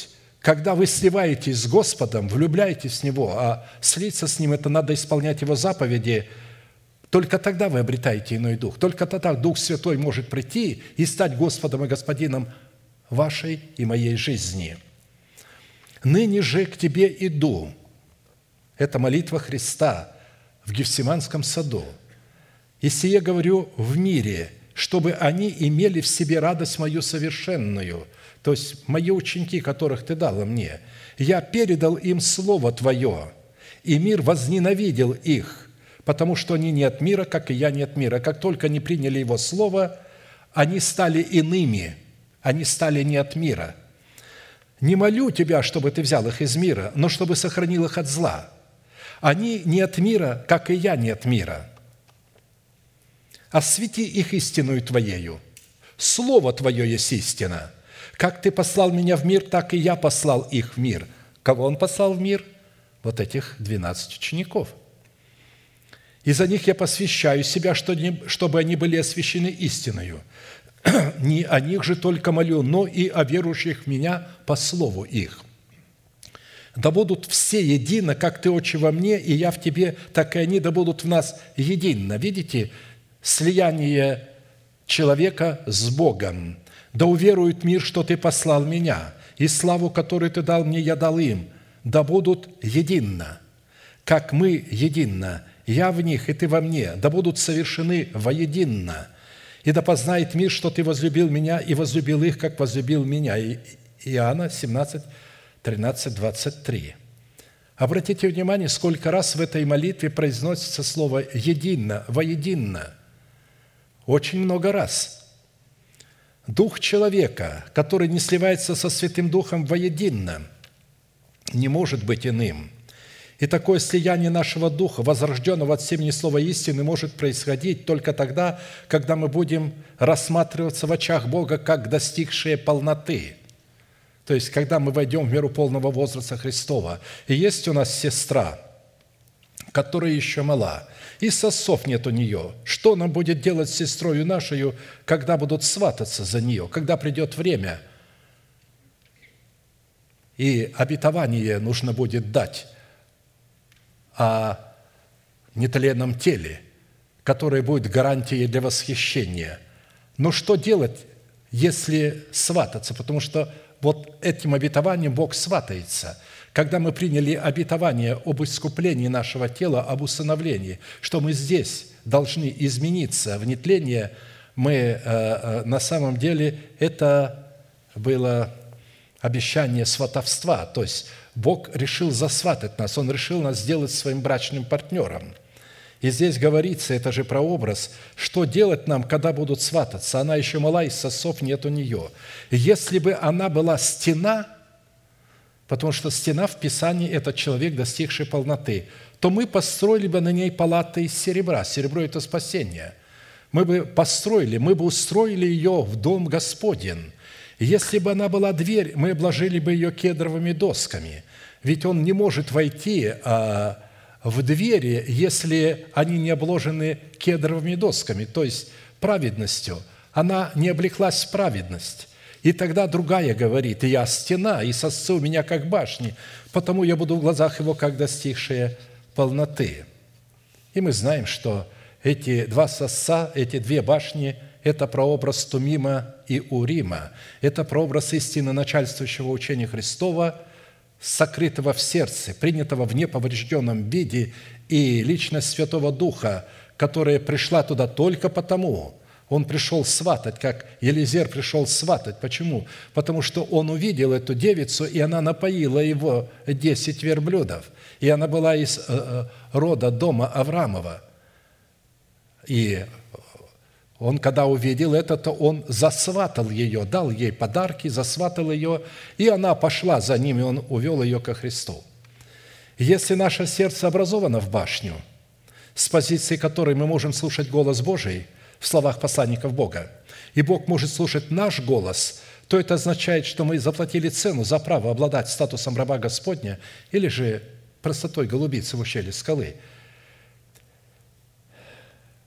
Когда вы сливаетесь с Господом, влюбляетесь в Него, а слиться с Ним – это надо исполнять Его заповеди, только тогда вы обретаете иной дух. Только тогда Дух Святой может прийти и стать Господом и Господином вашей и моей жизни. «Ныне же к Тебе иду». Это молитва Христа в Гефсиманском саду. «И сие говорю в мире, чтобы они имели в себе радость мою совершенную». То есть мои ученики, которых Ты дала мне. «Я передал им Слово Твое, и мир возненавидел их, потому что они не от мира, как и я не от мира. Как только они приняли Его Слово, они стали иными, они стали не от мира. Не молю Тебя, чтобы Ты взял их из мира, но чтобы сохранил их от зла. Они не от мира, как и я не от мира. Освети их истиною Твоею. Слово Твое есть истина. Как Ты послал меня в мир, так и я послал их в мир». Кого Он послал в мир? Вот этих 12 учеников. «И за них я посвящаю себя, чтобы они были освящены истиною. Не о них же только молю, но и о верующих в Меня по слову их. Да будут все едино, как Ты, Отче, во мне, и я в Тебе, так и они да будут в нас едино». Видите, слияние человека с Богом. «Да уверует мир, что Ты послал Меня, и славу, которую Ты дал мне, я дал им. Да будут едино, как мы едино, я в них, и Ты во мне, да будут совершены воедино. И да познает мир, что Ты возлюбил Меня и возлюбил их, как возлюбил Меня». Иоанна 17, 13, 23. Обратите внимание, сколько раз в этой молитве произносится слово «едино», «воедино». Очень много раз. Дух человека, который не сливается со Святым Духом воедино, не может быть иным. И такое слияние нашего Духа, возрожденного от семени слова истины, может происходить только тогда, когда мы будем рассматриваться в очах Бога как достигшие полноты. То есть, когда мы войдем в меру полного возраста Христова. И есть у нас сестра, которая еще мала, и сосов нет у нее. Что нам будет делать с сестрою нашей, когда будут свататься за нее, когда придет время? И обетование нужно будет дать о нетленном теле, которое будет гарантией для восхищения. Но что делать, если свататься? Потому что вот этим обетованием Бог сватается. Когда мы приняли обетование об искуплении нашего тела, об усыновлении, что мы здесь должны измениться в нетление, мы на самом деле это было обещание сватовства, то есть Бог решил засватать нас, Он решил нас сделать своим брачным партнером. И здесь говорится, это же прообраз, что делать нам, когда будут свататься. Она еще мала, и сосов нет у нее. Если бы она была стена, потому что стена в Писании – это человек, достигший полноты, то мы построили бы на ней палаты из серебра. Серебро – это спасение. Мы бы построили, мы бы устроили ее в дом Господень. Если бы она была дверь, мы обложили бы ее кедровыми досками. Ведь он не может войти в двери, если они не обложены кедровыми досками, то есть праведностью. Она не облеклась в праведность. И тогда другая говорит: «Я стена, и сосцы у меня, как башни, потому я буду в глазах его, как достигшие полноты». И мы знаем, что эти два сосца, эти две башни – это прообраз Тумима и Урима. Это прообраз истинно начальствующего учения Христова, сокрытого в сердце, принятого в неповрежденном виде, и личность Святого Духа, которая пришла туда только потому, он пришел сватать, как Елизер пришел сватать. Почему? Потому что он увидел эту девицу, и она напоила его 10 верблюдов. И она была из рода дома Авраамова. И он, когда увидел это, то он засватал ее, дал ей подарки, засватал ее, и она пошла за ним, и он увел ее ко Христу. Если наше сердце образовано в башню, с позиции которой мы можем слушать голос Божий в словах посланников Бога, и Бог может слушать наш голос, то это означает, что мы заплатили цену за право обладать статусом раба Господня или же простотой голубицы в ущелье скалы.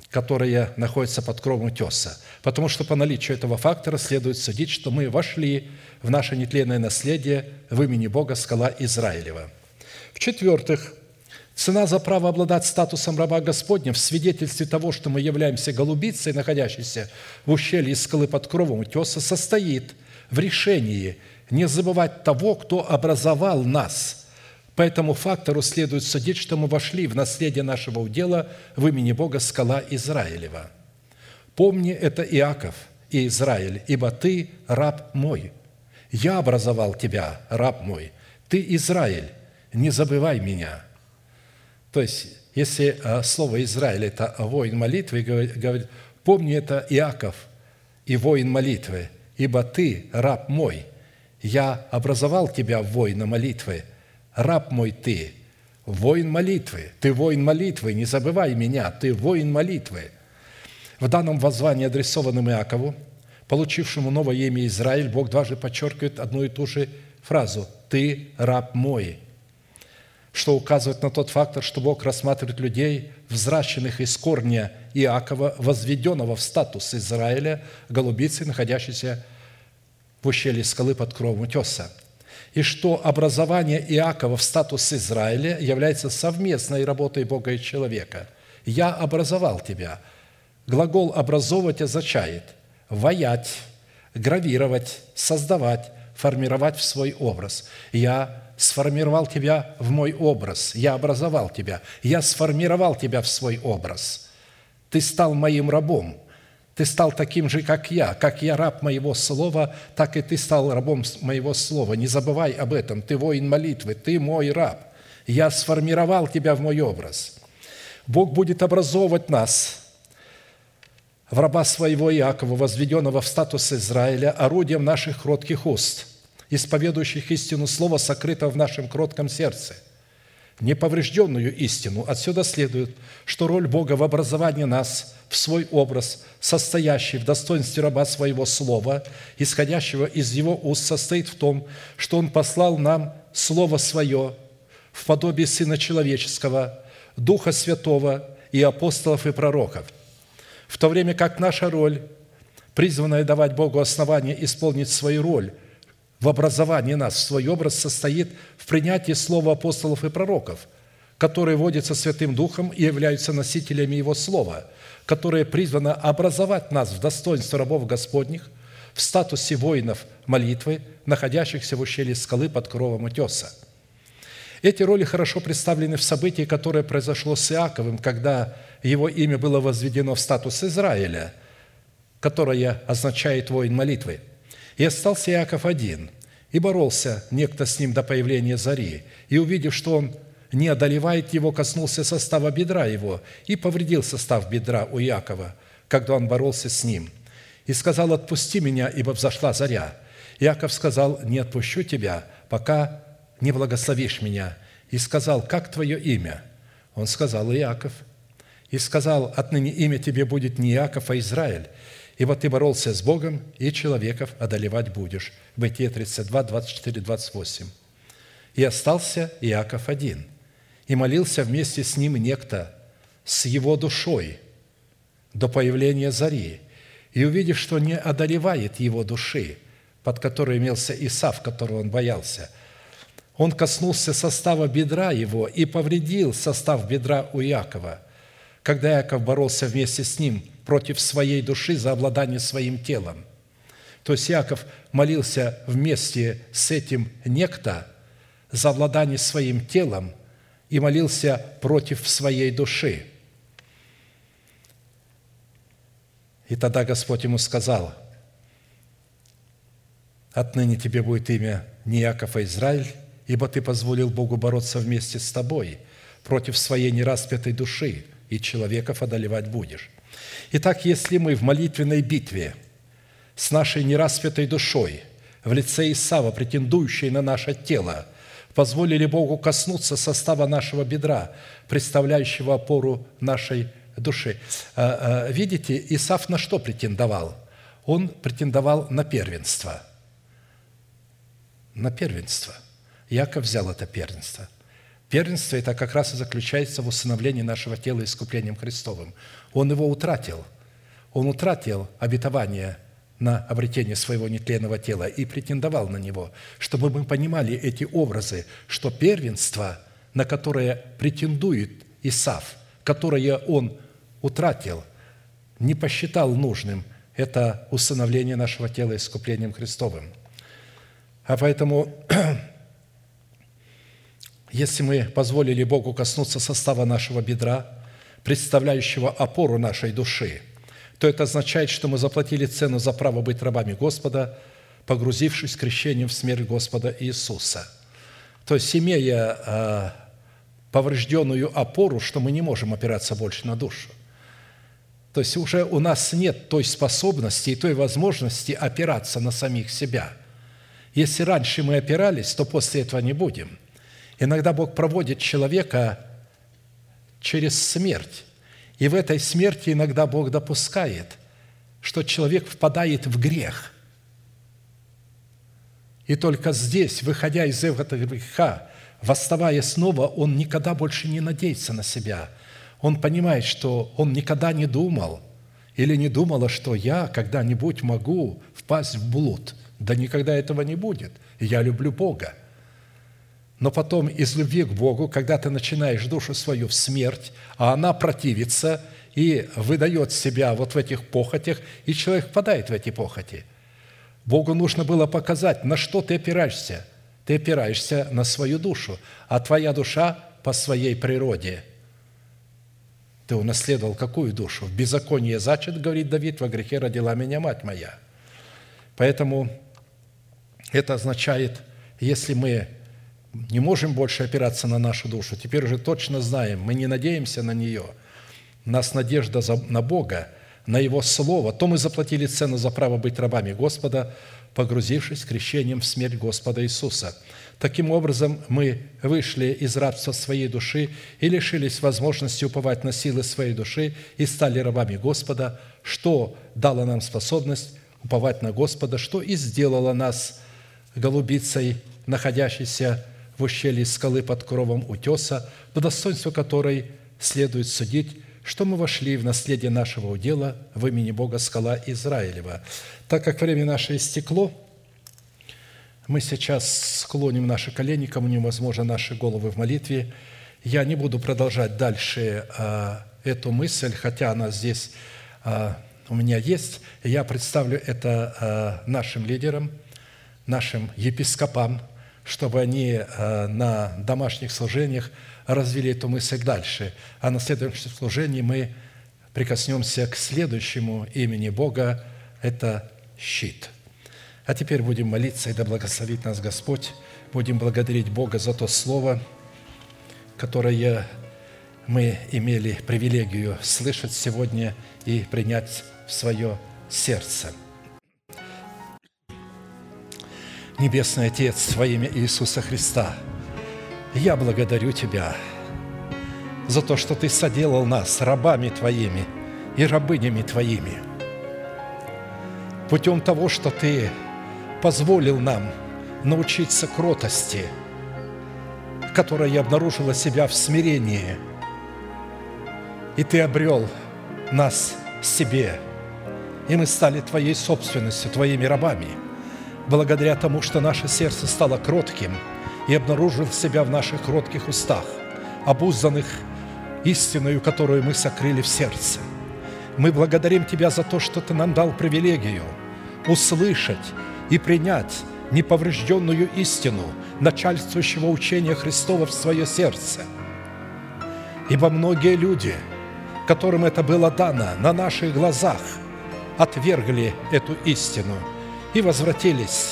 которая находится под кровом утеса. Потому что по наличию этого фактора следует судить, что мы вошли в наше нетленное наследие в имени Бога, скала Израилева. В-четвертых, цена за право обладать статусом раба Господня в свидетельстве того, что мы являемся голубицей, находящейся в ущелье скалы под кровом утеса, состоит в решении не забывать того, кто образовал нас. По этому фактору следует судить, что мы вошли в наследие нашего удела в имени Бога, скала Израилева. Помни это, Иаков и Израиль, ибо ты раб мой. Я образовал тебя, раб мой. Ты, Израиль, не забывай меня». То есть, если слово «Израиль» – это воин молитвы, говорит: «Помни это, Иаков, и воин молитвы, ибо ты раб мой. Я образовал тебя, воина молитвы. Раб мой ты, воин молитвы. Ты воин молитвы, не забывай меня, ты воин молитвы». В данном воззвании, адресованном Иакову, получившему новое имя Израиль, Бог дважды подчеркивает одну и ту же фразу: «Ты раб мой», что указывает на тот фактор, что Бог рассматривает людей, взращенных из корня Иакова, возведенного в статус Израиля, голубицы, находящейся в ущелье скалы под кровом утеса, и что образование Иакова в статус Израиля является совместной работой Бога и человека. «Я образовал тебя». Глагол «образовывать» означает ваять, гравировать, создавать, формировать в свой образ. «Я сформировал тебя в мой образ, я образовал тебя, я сформировал тебя в свой образ. Ты стал моим рабом, ты стал таким же, как я раб моего слова, так и ты стал рабом моего слова. Не забывай об этом, ты воин молитвы, ты мой раб, я сформировал тебя в мой образ». Бог будет образовывать нас в раба своего Иакова, возведенного в статус Израиля, орудием наших кротких уст, исповедующих истину слова, сокрытого в нашем кротком сердце, неповрежденную истину. Отсюда следует, что роль Бога в образовании нас в свой образ, состоящий в достоинстве раба своего слова, исходящего из его уст, состоит в том, что Он послал нам Слово Свое в подобие Сына Человеческого, Духа Святого и апостолов и пророков, в то время как наша роль, призванная давать Богу основание исполнить свою роль в образовании нас в свой образ, состоит в принятии слова апостолов и пророков, которые водятся Святым Духом и являются носителями Его Слова, которое призвано образовать нас в достоинстве рабов Господних, в статусе воинов молитвы, находящихся в ущелье скалы под кровом утеса. Эти роли хорошо представлены в событии, которое произошло с Иаковым, когда его имя было возведено в статус Израиля, которое означает «воин молитвы». «И остался Иаков один, и боролся некто с ним до появления зари, и, увидев, что он не одолевает его, коснулся состава бедра его и повредил состав бедра у Иакова, когда он боролся с ним. И сказал: отпусти меня, ибо взошла заря. Иаков сказал: не отпущу тебя, пока не благословишь меня. И сказал: как твое имя? Он сказал: Иаков. И сказал: отныне имя тебе будет не Иаков, а Израиль, ибо ты боролся с Богом, и человеков одолевать будешь». Бытие 32, 24, 28. «И остался Иаков один, и молился вместе с ним некто с его душой до появления зари, и, увидев, что не одолевает его души, под которой имелся Исав, которого он боялся, он коснулся состава бедра его и повредил состав бедра у Иакова, когда Иаков боролся вместе с ним против своей души за обладание своим телом». То есть Иаков молился вместе с этим некто за обладание своим телом и молился против своей души. И тогда Господь ему сказал: «Отныне тебе будет имя не Иаков, а Израиль, ибо ты позволил Богу бороться вместе с тобой против своей нераспятой души, и человеков одолевать будешь». Итак, если мы в молитвенной битве с нашей нераспятой душой в лице Исава, претендующей на наше тело, позволили Богу коснуться состава нашего бедра, представляющего опору нашей души. Видите, Исав на что претендовал? Он претендовал на первенство. На первенство. Иаков взял это первенство. Первенство – это как раз и заключается в усыновлении нашего тела искуплением Христовым. Он его утратил. Он утратил обетование на обретение своего нетленного тела и претендовал на него, чтобы мы понимали эти образы, что первенство, на которое претендует Исав, которое он утратил, не посчитал нужным, это усыновление нашего тела искуплением Христовым. А поэтому, если мы позволили Богу коснуться состава нашего бедра, представляющего опору нашей души, то это означает, что мы заплатили цену за право быть рабами Господа, погрузившись крещением в смерть Господа Иисуса. То есть, имея поврежденную опору, что мы не можем опираться больше на душу. То есть, уже у нас нет той способности и той возможности опираться на самих себя. Если раньше мы опирались, то после этого не будем. Иногда Бог проводит человека через смерть. И в этой смерти иногда Бог допускает, что человек впадает в грех. И только здесь, выходя из этого греха, восставая снова, он никогда больше не надеется на себя. Он понимает, что он никогда не думал или не думала, что я когда-нибудь могу впасть в блуд. Да никогда этого не будет. Я люблю Бога. Но потом из любви к Богу, когда ты начинаешь душу свою в смерть, а она противится и выдает себя вот в этих похотях, и человек впадает в эти похоти. Богу нужно было показать, на что ты опираешься. Ты опираешься на свою душу, а твоя душа по своей природе. Ты унаследовал какую душу? В беззаконии зачат, говорит Давид, во грехе родила меня мать моя. Поэтому это означает, если мы не можем больше опираться на нашу душу, теперь уже точно знаем, мы не надеемся на нее, у нас надежда на Бога, на Его Слово, то мы заплатили цену за право быть рабами Господа, погрузившись крещением в смерть Господа Иисуса. Таким образом, мы вышли из рабства своей души и лишились возможности уповать на силы своей души и стали рабами Господа, что дало нам способность уповать на Господа, что и сделало нас голубицей, находящейся в ущелье скалы под кровом утеса, по достоинству которой следует судить, что мы вошли в наследие нашего удела в имени Бога скала Израилева. Так как время наше истекло, мы сейчас склоним наши колени, кому невозможно, наши головы в молитве. Я не буду продолжать дальше эту мысль, хотя она здесь у меня есть. Я представлю это нашим лидерам, нашим епископам, чтобы они на домашних служениях развили эту мысль дальше. А на следующем служении мы прикоснемся к следующему имени Бога – это щит. А теперь будем молиться, и да благословит нас Господь. Будем благодарить Бога за то слово, которое мы имели привилегию слышать сегодня и принять в свое сердце. Небесный Отец, во имя Иисуса Христа, я благодарю Тебя за то, что Ты соделал нас рабами Твоими и рабынями Твоими. Путем того, что Ты позволил нам научиться кротости, которая обнаружила себя в смирении, и Ты обрел нас себе, и мы стали Твоей собственностью, Твоими рабами, благодаря тому, что наше сердце стало кротким и обнаружило себя в наших кротких устах, обузданных истиною, которую мы сокрыли в сердце. Мы благодарим Тебя за то, что Ты нам дал привилегию услышать и принять неповрежденную истину начальствующего учения Христова в свое сердце. Ибо многие люди, которым это было дано на наших глазах, отвергли эту истину и возвратились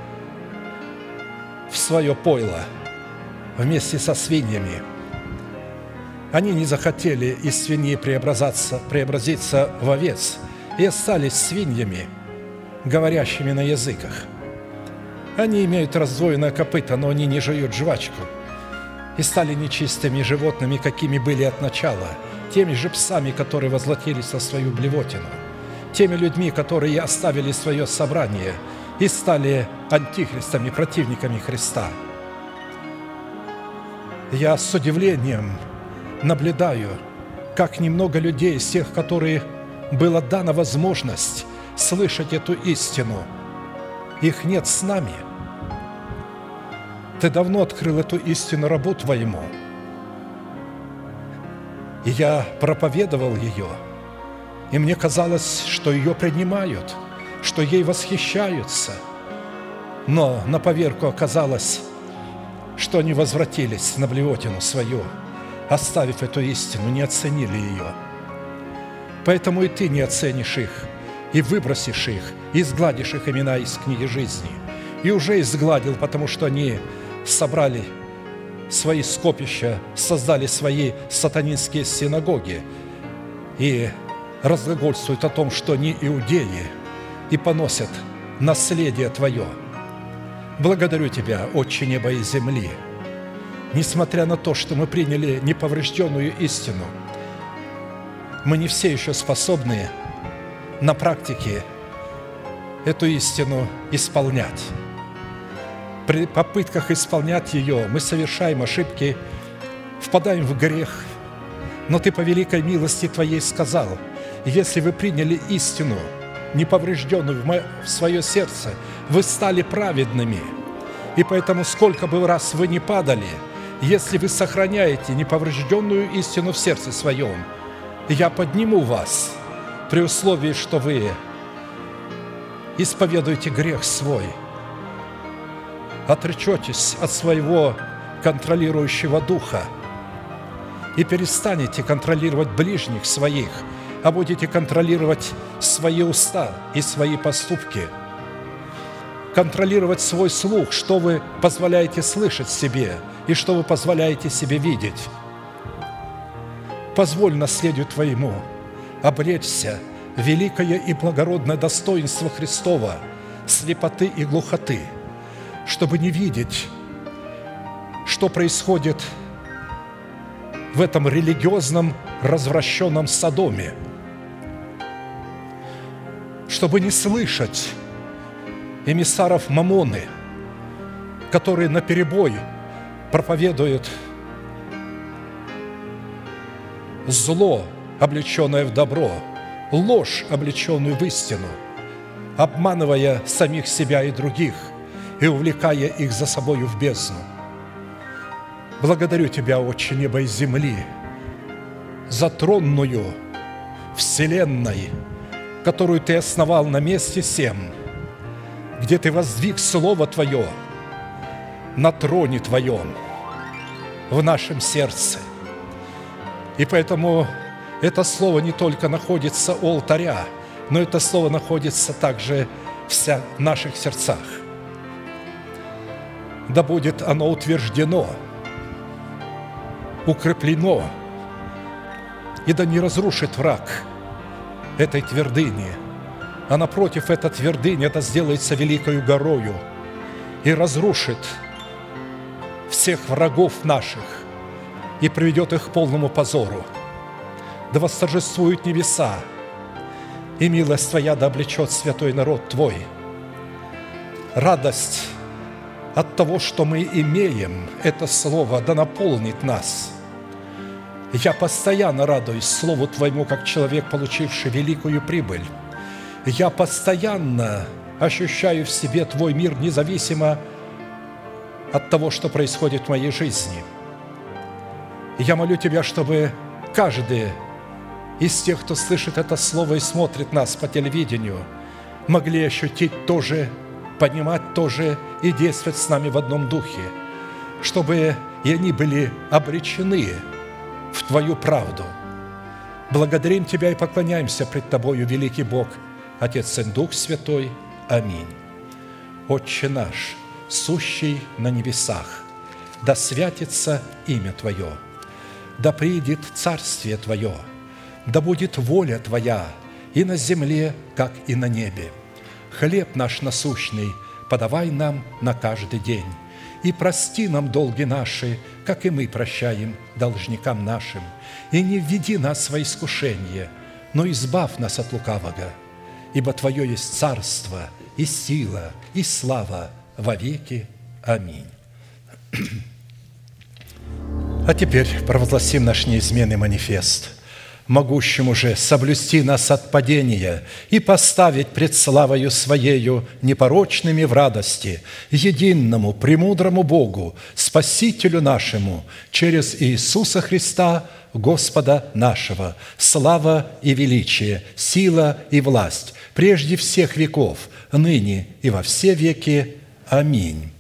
в свое пойло вместе со свиньями. Они не захотели из свиньи преобразиться в овец и остались свиньями, говорящими на языках. Они имеют раздвоенное копыто, но они не жуют жвачку, и стали нечистыми животными, какими были от начала, теми же псами, которые возвратились на свою блевотину, теми людьми, которые оставили свое собрание и стали антихристами, противниками Христа. Я с удивлением наблюдаю, как немного людей, из тех, которые была дана возможность слышать эту истину, их нет с нами. Ты давно открыл эту истину рабу Твоему, и я проповедовал ее, и мне казалось, что ее принимают, что ей восхищаются, но на поверку оказалось, что они возвратились на блевотину свою, оставив эту истину, не оценили ее. Поэтому и ты не оценишь их, и выбросишь их, и изгладишь их имена из книги жизни. И уже изгладил, потому что они собрали свои скопища, создали свои сатанинские синагоги и разглагольствуют о том, что они иудеи, и поносят наследие Твое. Благодарю Тебя, Отче неба и земли. Несмотря на то, что мы приняли неповрежденную истину, мы не все еще способны на практике эту истину исполнять. При попытках исполнять ее мы совершаем ошибки, впадаем в грех. Но Ты по великой милости Твоей сказал: если вы приняли истину, неповрежденную в свое сердце, вы стали праведными. И поэтому, сколько бы раз вы ни падали, если вы сохраняете неповрежденную истину в сердце своем, я подниму вас, при условии, что вы исповедуете грех свой, отречетесь от своего контролирующего духа и перестанете контролировать ближних своих, а будете контролировать свои уста и свои поступки, контролировать свой слух, что вы позволяете слышать себе и что вы позволяете себе видеть. Позволь наследию Твоему обречься в великое и благородное достоинство Христова, слепоты и глухоты, чтобы не видеть, что происходит в этом религиозном развращенном Содоме, чтобы не слышать эмиссаров Мамоны, которые наперебой проповедуют зло, облеченное в добро, ложь, облеченную в истину, обманывая самих себя и других и увлекая их за собою в бездну. Благодарю Тебя, Отче неба и земли, за тронную вселенной, которую Ты основал на месте сем, где Ты воздвиг Слово Твое на троне Твоем в нашем сердце. И поэтому это Слово не только находится у алтаря, но это Слово находится также в наших сердцах. Да будет оно утверждено, укреплено, и да не разрушит враг этой твердыни, а напротив, эта твердыня да сделается великою горою и разрушит всех врагов наших и приведет их к полному позору. Да восторжествуют небеса, и милость Твоя да облечет святой народ Твой. Радость от того, что мы имеем это Слово, да наполнит нас. Я постоянно радуюсь Слову Твоему, как человек, получивший великую прибыль. Я постоянно ощущаю в себе Твой мир, независимо от того, что происходит в моей жизни. Я молю Тебя, чтобы каждый из тех, кто слышит это Слово и смотрит нас по телевидению, могли ощутить тоже, понимать тоже и действовать с нами в одном духе, чтобы и они были обречены в Твою правду. Благодарим Тебя и поклоняемся пред Тобою, великий Бог, Отец, Сын, Дух Святой. Аминь. Отче наш, сущий на небесах, да святится имя Твое, да приидет царствие Твое, да будет воля Твоя и на земле, как и на небе. Хлеб наш насущный подавай нам на каждый день, и прости нам долги наши, как и мы прощаем должникам нашим. И не введи нас во искушение, но избавь нас от лукавого. Ибо Твое есть царство, и сила, и слава во веки. Аминь. А теперь провозгласим наш неизменный манифест, могущему же соблюсти нас от падения и поставить пред славою Своею непорочными в радости, единому, премудрому Богу, Спасителю нашему, через Иисуса Христа, Господа нашего, слава и величие, сила и власть, прежде всех веков, ныне и во все веки. Аминь.